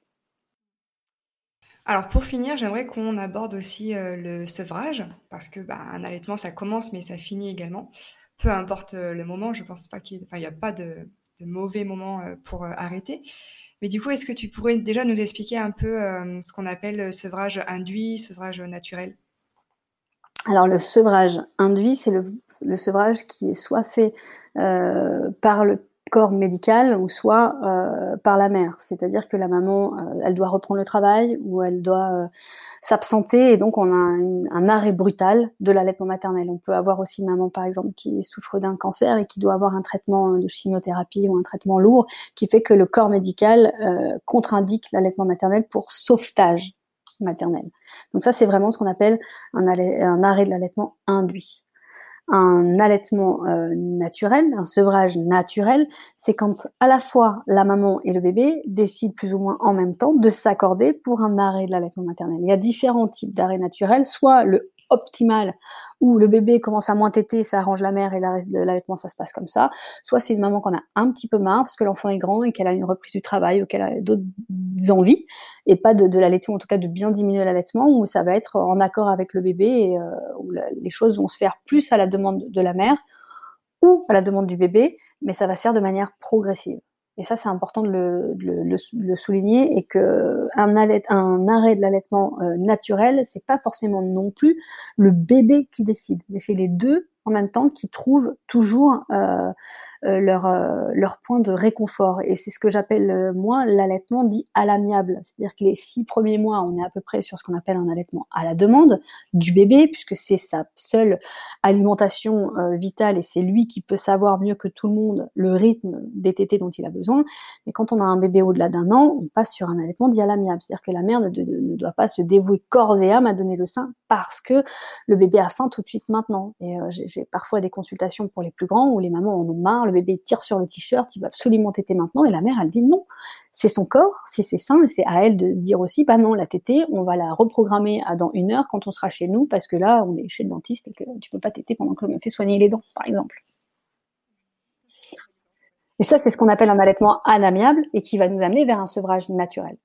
Alors pour finir, j'aimerais qu'on aborde aussi le sevrage, parce que un allaitement, ça commence, mais ça finit également. Peu importe le moment, je pense pas il y a pas de mauvais moment pour arrêter. Mais du coup, est-ce que tu pourrais déjà nous expliquer un peu ce qu'on appelle le sevrage induit, sevrage naturel? Alors le sevrage induit, c'est le sevrage qui est soit fait par le corps médical ou soit par la mère. C'est-à-dire que la maman, elle doit reprendre le travail ou elle doit s'absenter et donc on a un arrêt brutal de l'allaitement maternel. On peut avoir aussi une maman, par exemple, qui souffre d'un cancer et qui doit avoir un traitement de chimiothérapie ou un traitement lourd qui fait que le corps médical contre-indique l'allaitement maternel pour sauvetage maternel. Donc ça, c'est vraiment ce qu'on appelle un arrêt de l'allaitement induit. Un allaitement naturel, un sevrage naturel, c'est quand à la fois la maman et le bébé décident plus ou moins en même temps de s'accorder pour un arrêt de l'allaitement maternel. Il y a différents types d'arrêts naturels, soit le optimal où le bébé commence à moins téter, ça arrange la mère et le reste de l'allaitement ça se passe comme ça, soit c'est une maman qu'on a un petit peu marre parce que l'enfant est grand et qu'elle a une reprise du travail ou qu'elle a d'autres envies et pas de l'allaiter ou en tout cas de bien diminuer l'allaitement où ça va être en accord avec le bébé et où les choses vont se faire plus à la demande de la mère ou à la demande du bébé, mais ça va se faire de manière progressive. Et ça, c'est important de le souligner et que un arrêt de l'allaitement naturel, c'est pas forcément non plus le bébé qui décide, mais c'est les deux en même temps qui trouvent toujours leur point de réconfort. Et c'est ce que j'appelle, moi, l'allaitement dit à l'amiable. C'est-à-dire que les 6 premiers mois, on est à peu près sur ce qu'on appelle un allaitement à la demande du bébé, puisque c'est sa seule alimentation vitale et c'est lui qui peut savoir mieux que tout le monde le rythme des tétés dont il a besoin. Mais quand on a un bébé au-delà d'1 an, on passe sur un allaitement dit à l'amiable. C'est-à-dire que la mère ne doit pas se dévouer corps et âme à donner le sein parce que le bébé a faim tout de suite maintenant. Et j'ai parfois des consultations pour les plus grands où les mamans en ont marre, le bébé tire sur le t-shirt, il va absolument téter maintenant, et la mère, elle dit non, c'est son corps, c'est ses seins, et c'est à elle de dire aussi, bah non, la tétée, on va la reprogrammer à dans 1 heure quand on sera chez nous, parce que là, on est chez le dentiste et que tu peux pas téter pendant que l'on me fait soigner les dents, par exemple. Et ça, c'est ce qu'on appelle un allaitement à l'amiable et qui va nous amener vers un sevrage naturel.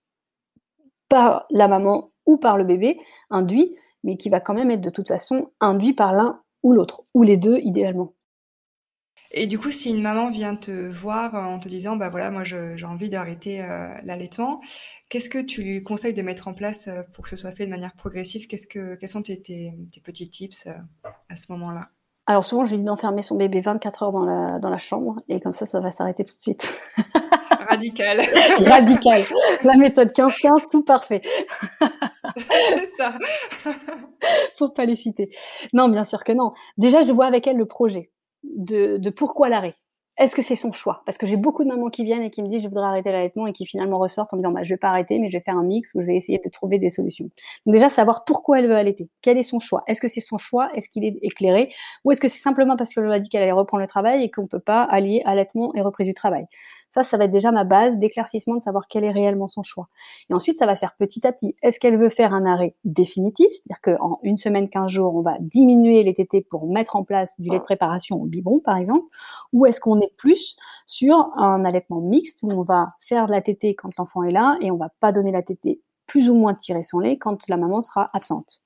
Par la maman ou par le bébé, induit, mais qui va quand même être de toute façon induit par l'un ou l'autre, ou les deux idéalement. Et du coup, si une maman vient te voir en te disant, bah voilà, moi j'ai envie d'arrêter l'allaitement, qu'est-ce que tu lui conseilles de mettre en place pour que ce soit fait de manière progressive? Quels sont tes petits tips à ce moment-là? Alors souvent, je lui dis d'enfermer son bébé 24 heures dans la chambre et comme ça va s'arrêter tout de suite. Radical. Radical. La méthode 15-15, tout parfait. C'est ça. Pour pas les citer. Non, bien sûr que non. Déjà, je vois avec elle le projet de pourquoi l'arrêt. Est-ce que c'est son choix? Parce que j'ai beaucoup de mamans qui viennent et qui me disent je voudrais arrêter l'allaitement et qui finalement ressortent en me disant bah, je vais pas arrêter mais je vais faire un mix ou je vais essayer de trouver des solutions. Donc déjà savoir pourquoi elle veut allaiter. Quel est son choix? Est-ce que c'est son choix? Est-ce qu'il est éclairé? Ou est-ce que c'est simplement parce qu'elle m'a dit qu'elle allait reprendre le travail et qu'on peut pas allier allaitement et reprise du travail? Ça va être déjà ma base d'éclaircissement de savoir quel est réellement son choix. Et ensuite, ça va se faire petit à petit. Est-ce qu'elle veut faire un arrêt définitif? C'est-à-dire qu'en 1 semaine, 15 jours, on va diminuer les tétés pour mettre en place du lait de préparation au biberon, par exemple? Ou est-ce qu'on est plus sur un allaitement mixte où on va faire de la tétée quand l'enfant est là et on va pas donner la tétée plus ou moins tirer son lait quand la maman sera absente?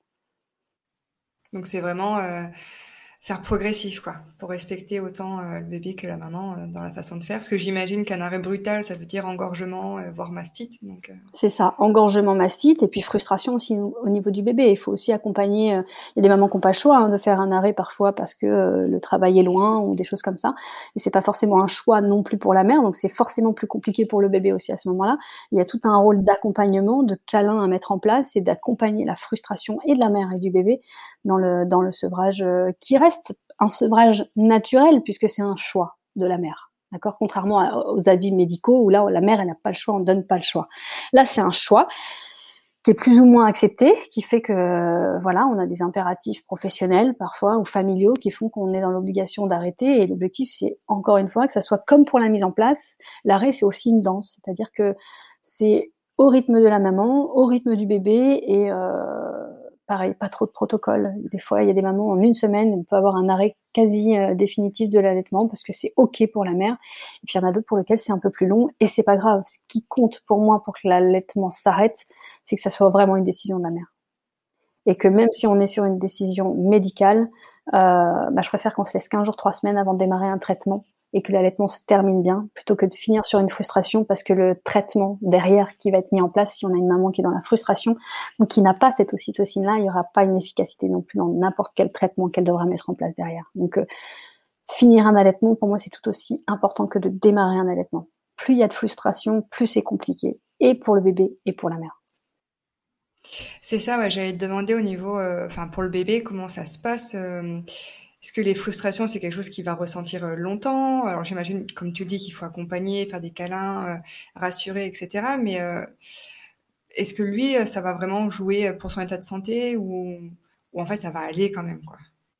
Donc c'est vraiment faire progressif, quoi, pour respecter autant le bébé que la maman dans la façon de faire. Parce que j'imagine qu'un arrêt brutal, ça veut dire engorgement, voire mastite. Donc, C'est ça, engorgement mastite et puis frustration aussi au niveau du bébé. Il faut aussi accompagner. Il y a des mamans qui n'ont pas le choix de faire un arrêt parfois parce que le travail est loin ou des choses comme ça. Et c'est pas forcément un choix non plus pour la mère, donc c'est forcément plus compliqué pour le bébé aussi à ce moment-là. Il y a tout un rôle d'accompagnement, de câlin à mettre en place et d'accompagner la frustration et de la mère et du bébé dans le sevrage qui reste un sevrage naturel puisque c'est un choix de la mère. D'accord, contrairement aux avis médicaux où là la mère elle n'a pas le choix, on donne pas le choix. Là c'est un choix qui est plus ou moins accepté, qui fait que voilà, on a des impératifs professionnels parfois ou familiaux qui font qu'on est dans l'obligation d'arrêter. Et l'objectif c'est encore une fois que ça soit comme pour la mise en place. L'arrêt c'est aussi une danse, c'est-à-dire que c'est au rythme de la maman, au rythme du bébé et pareil, pas trop de protocole. Des fois, il y a des mamans, en une semaine, on peut avoir un arrêt quasi définitif de l'allaitement parce que c'est OK pour la mère. Et puis, il y en a d'autres pour lesquels c'est un peu plus long et c'est pas grave. Ce qui compte pour moi pour que l'allaitement s'arrête, c'est que ça soit vraiment une décision de la mère. Et que même si on est sur une décision médicale, je préfère qu'on se laisse 15 jours, 3 semaines avant de démarrer un traitement et que l'allaitement se termine bien, plutôt que de finir sur une frustration parce que le traitement derrière qui va être mis en place, si on a une maman qui est dans la frustration ou qui n'a pas cette ocytocine-là, il n'y aura pas une efficacité non plus dans n'importe quel traitement qu'elle devra mettre en place derrière. Donc, finir un allaitement, pour moi, c'est tout aussi important que de démarrer un allaitement. Plus il y a de frustration, plus c'est compliqué, et pour le bébé et pour la mère. C'est ça, ouais, j'allais te demander au niveau, pour le bébé, comment ça se passe. Est-ce que les frustrations, c'est quelque chose qu'il va ressentir longtemps? Alors j'imagine, comme tu le dis, qu'il faut accompagner, faire des câlins, rassurer, etc. Mais est-ce que lui, ça va vraiment jouer pour son état de santé ou en fait ça va aller quand même, quoi?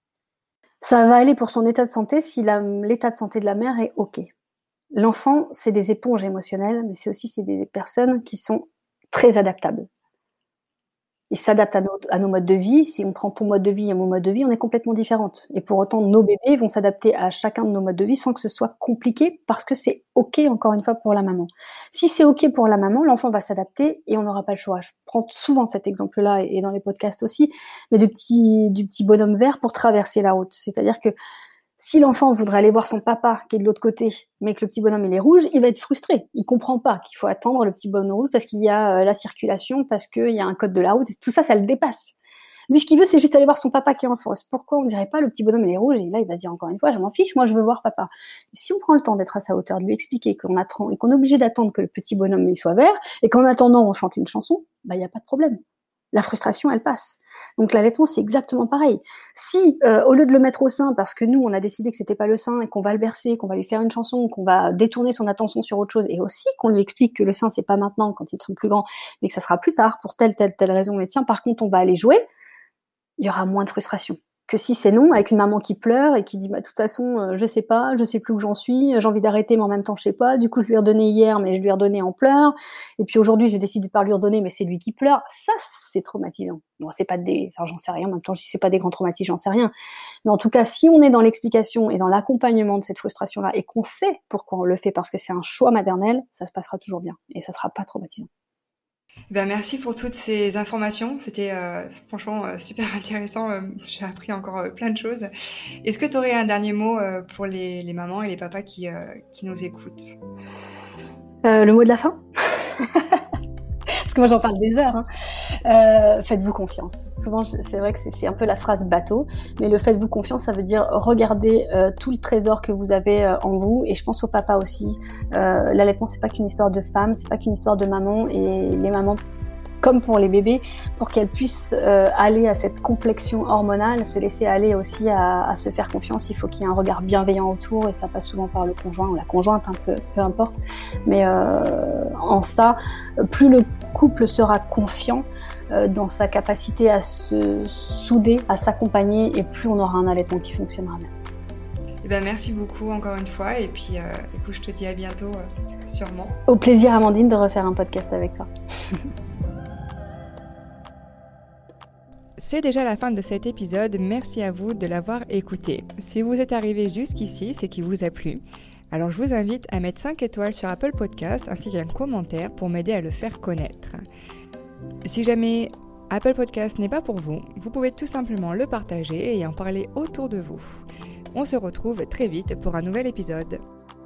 Ça va aller pour son état de santé si l'état de santé de la mère est OK. L'enfant, c'est des éponges émotionnelles, mais c'est des personnes qui sont très adaptables. Ils s'adaptent à nos modes de vie. Si on prend ton mode de vie et mon mode de vie, on est complètement différentes. Et pour autant, nos bébés vont s'adapter à chacun de nos modes de vie sans que ce soit compliqué parce que c'est OK, encore une fois, pour la maman. Si c'est OK pour la maman, l'enfant va s'adapter et on n'aura pas le choix. Je prends souvent cet exemple-là et dans les podcasts aussi, mais du petit bonhomme vert pour traverser la route. C'est-à-dire que si l'enfant voudrait aller voir son papa qui est de l'autre côté, mais que le petit bonhomme il est rouge, il va être frustré. Il comprend pas qu'il faut attendre le petit bonhomme rouge parce qu'il y a la circulation, parce qu'il y a un code de la route. Et tout ça, ça le dépasse. Lui, ce qu'il veut, c'est juste aller voir son papa qui est en France. Pourquoi on dirait pas le petit bonhomme il est rouge? Et là, il va dire encore une fois, je m'en fiche, moi je veux voir papa. Si on prend le temps d'être à sa hauteur, de lui expliquer qu'on attend et qu'on est obligé d'attendre que le petit bonhomme il soit vert, et qu'en attendant on chante une chanson, il y a pas de problème. La frustration, elle passe. Donc l'allaitement, c'est exactement pareil. Si, au lieu de le mettre au sein, parce que nous, on a décidé que c'était pas le sein et qu'on va le bercer, qu'on va lui faire une chanson, qu'on va détourner son attention sur autre chose, et aussi qu'on lui explique que le sein, c'est pas maintenant, quand ils sont plus grands, mais que ça sera plus tard, pour telle raison, mais tiens, par contre, on va aller jouer, il y aura moins de frustration. Que si c'est non, avec une maman qui pleure et qui dit, de toute façon, je sais pas, je sais plus où j'en suis, j'ai envie d'arrêter, mais en même temps, je sais pas, du coup, je lui ai redonné hier, mais je lui ai redonné en pleurs, et puis aujourd'hui, j'ai décidé de pas lui redonner, mais c'est lui qui pleure. Ça, c'est traumatisant. Bon, c'est pas j'en sais rien, en même temps, je dis, c'est pas des grands traumatismes, j'en sais rien. Mais en tout cas, si on est dans l'explication et dans l'accompagnement de cette frustration-là, et qu'on sait pourquoi on le fait, parce que c'est un choix maternel, ça se passera toujours bien, et ça sera pas traumatisant. Merci pour toutes ces informations. C'était franchement super intéressant. J'ai appris encore plein de choses. Est-ce que tu aurais un dernier mot pour les mamans et les papas qui nous écoutent? Le mot de la fin parce que moi j'en parle des heures. Faites-vous confiance. Souvent, c'est vrai que c'est un peu la phrase bateau, mais le faites-vous confiance, ça veut dire regardez tout le trésor que vous avez en vous. Et je pense au papa aussi. L'allaitement, c'est pas qu'une histoire de femme, c'est pas qu'une histoire de maman. Et les mamans, comme pour les bébés, pour qu'elles puissent aller à cette complexion hormonale, se laisser aller aussi à se faire confiance, il faut qu'il y ait un regard bienveillant autour, et ça passe souvent par le conjoint ou la conjointe, peu importe. Mais en ça, plus le couple sera confiant dans sa capacité à se souder, à s'accompagner, et plus on aura un allaitement qui fonctionnera bien. Merci beaucoup encore une fois, et puis écoute, je te dis à bientôt, sûrement. Au plaisir, Amandine, de refaire un podcast avec toi. C'est déjà la fin de cet épisode, merci à vous de l'avoir écouté. Si vous êtes arrivé jusqu'ici, c'est qu'il vous a plu. Alors je vous invite à mettre 5 étoiles sur Apple Podcast ainsi qu'un commentaire pour m'aider à le faire connaître. Si jamais Apple Podcast n'est pas pour vous, vous pouvez tout simplement le partager et en parler autour de vous. On se retrouve très vite pour un nouvel épisode.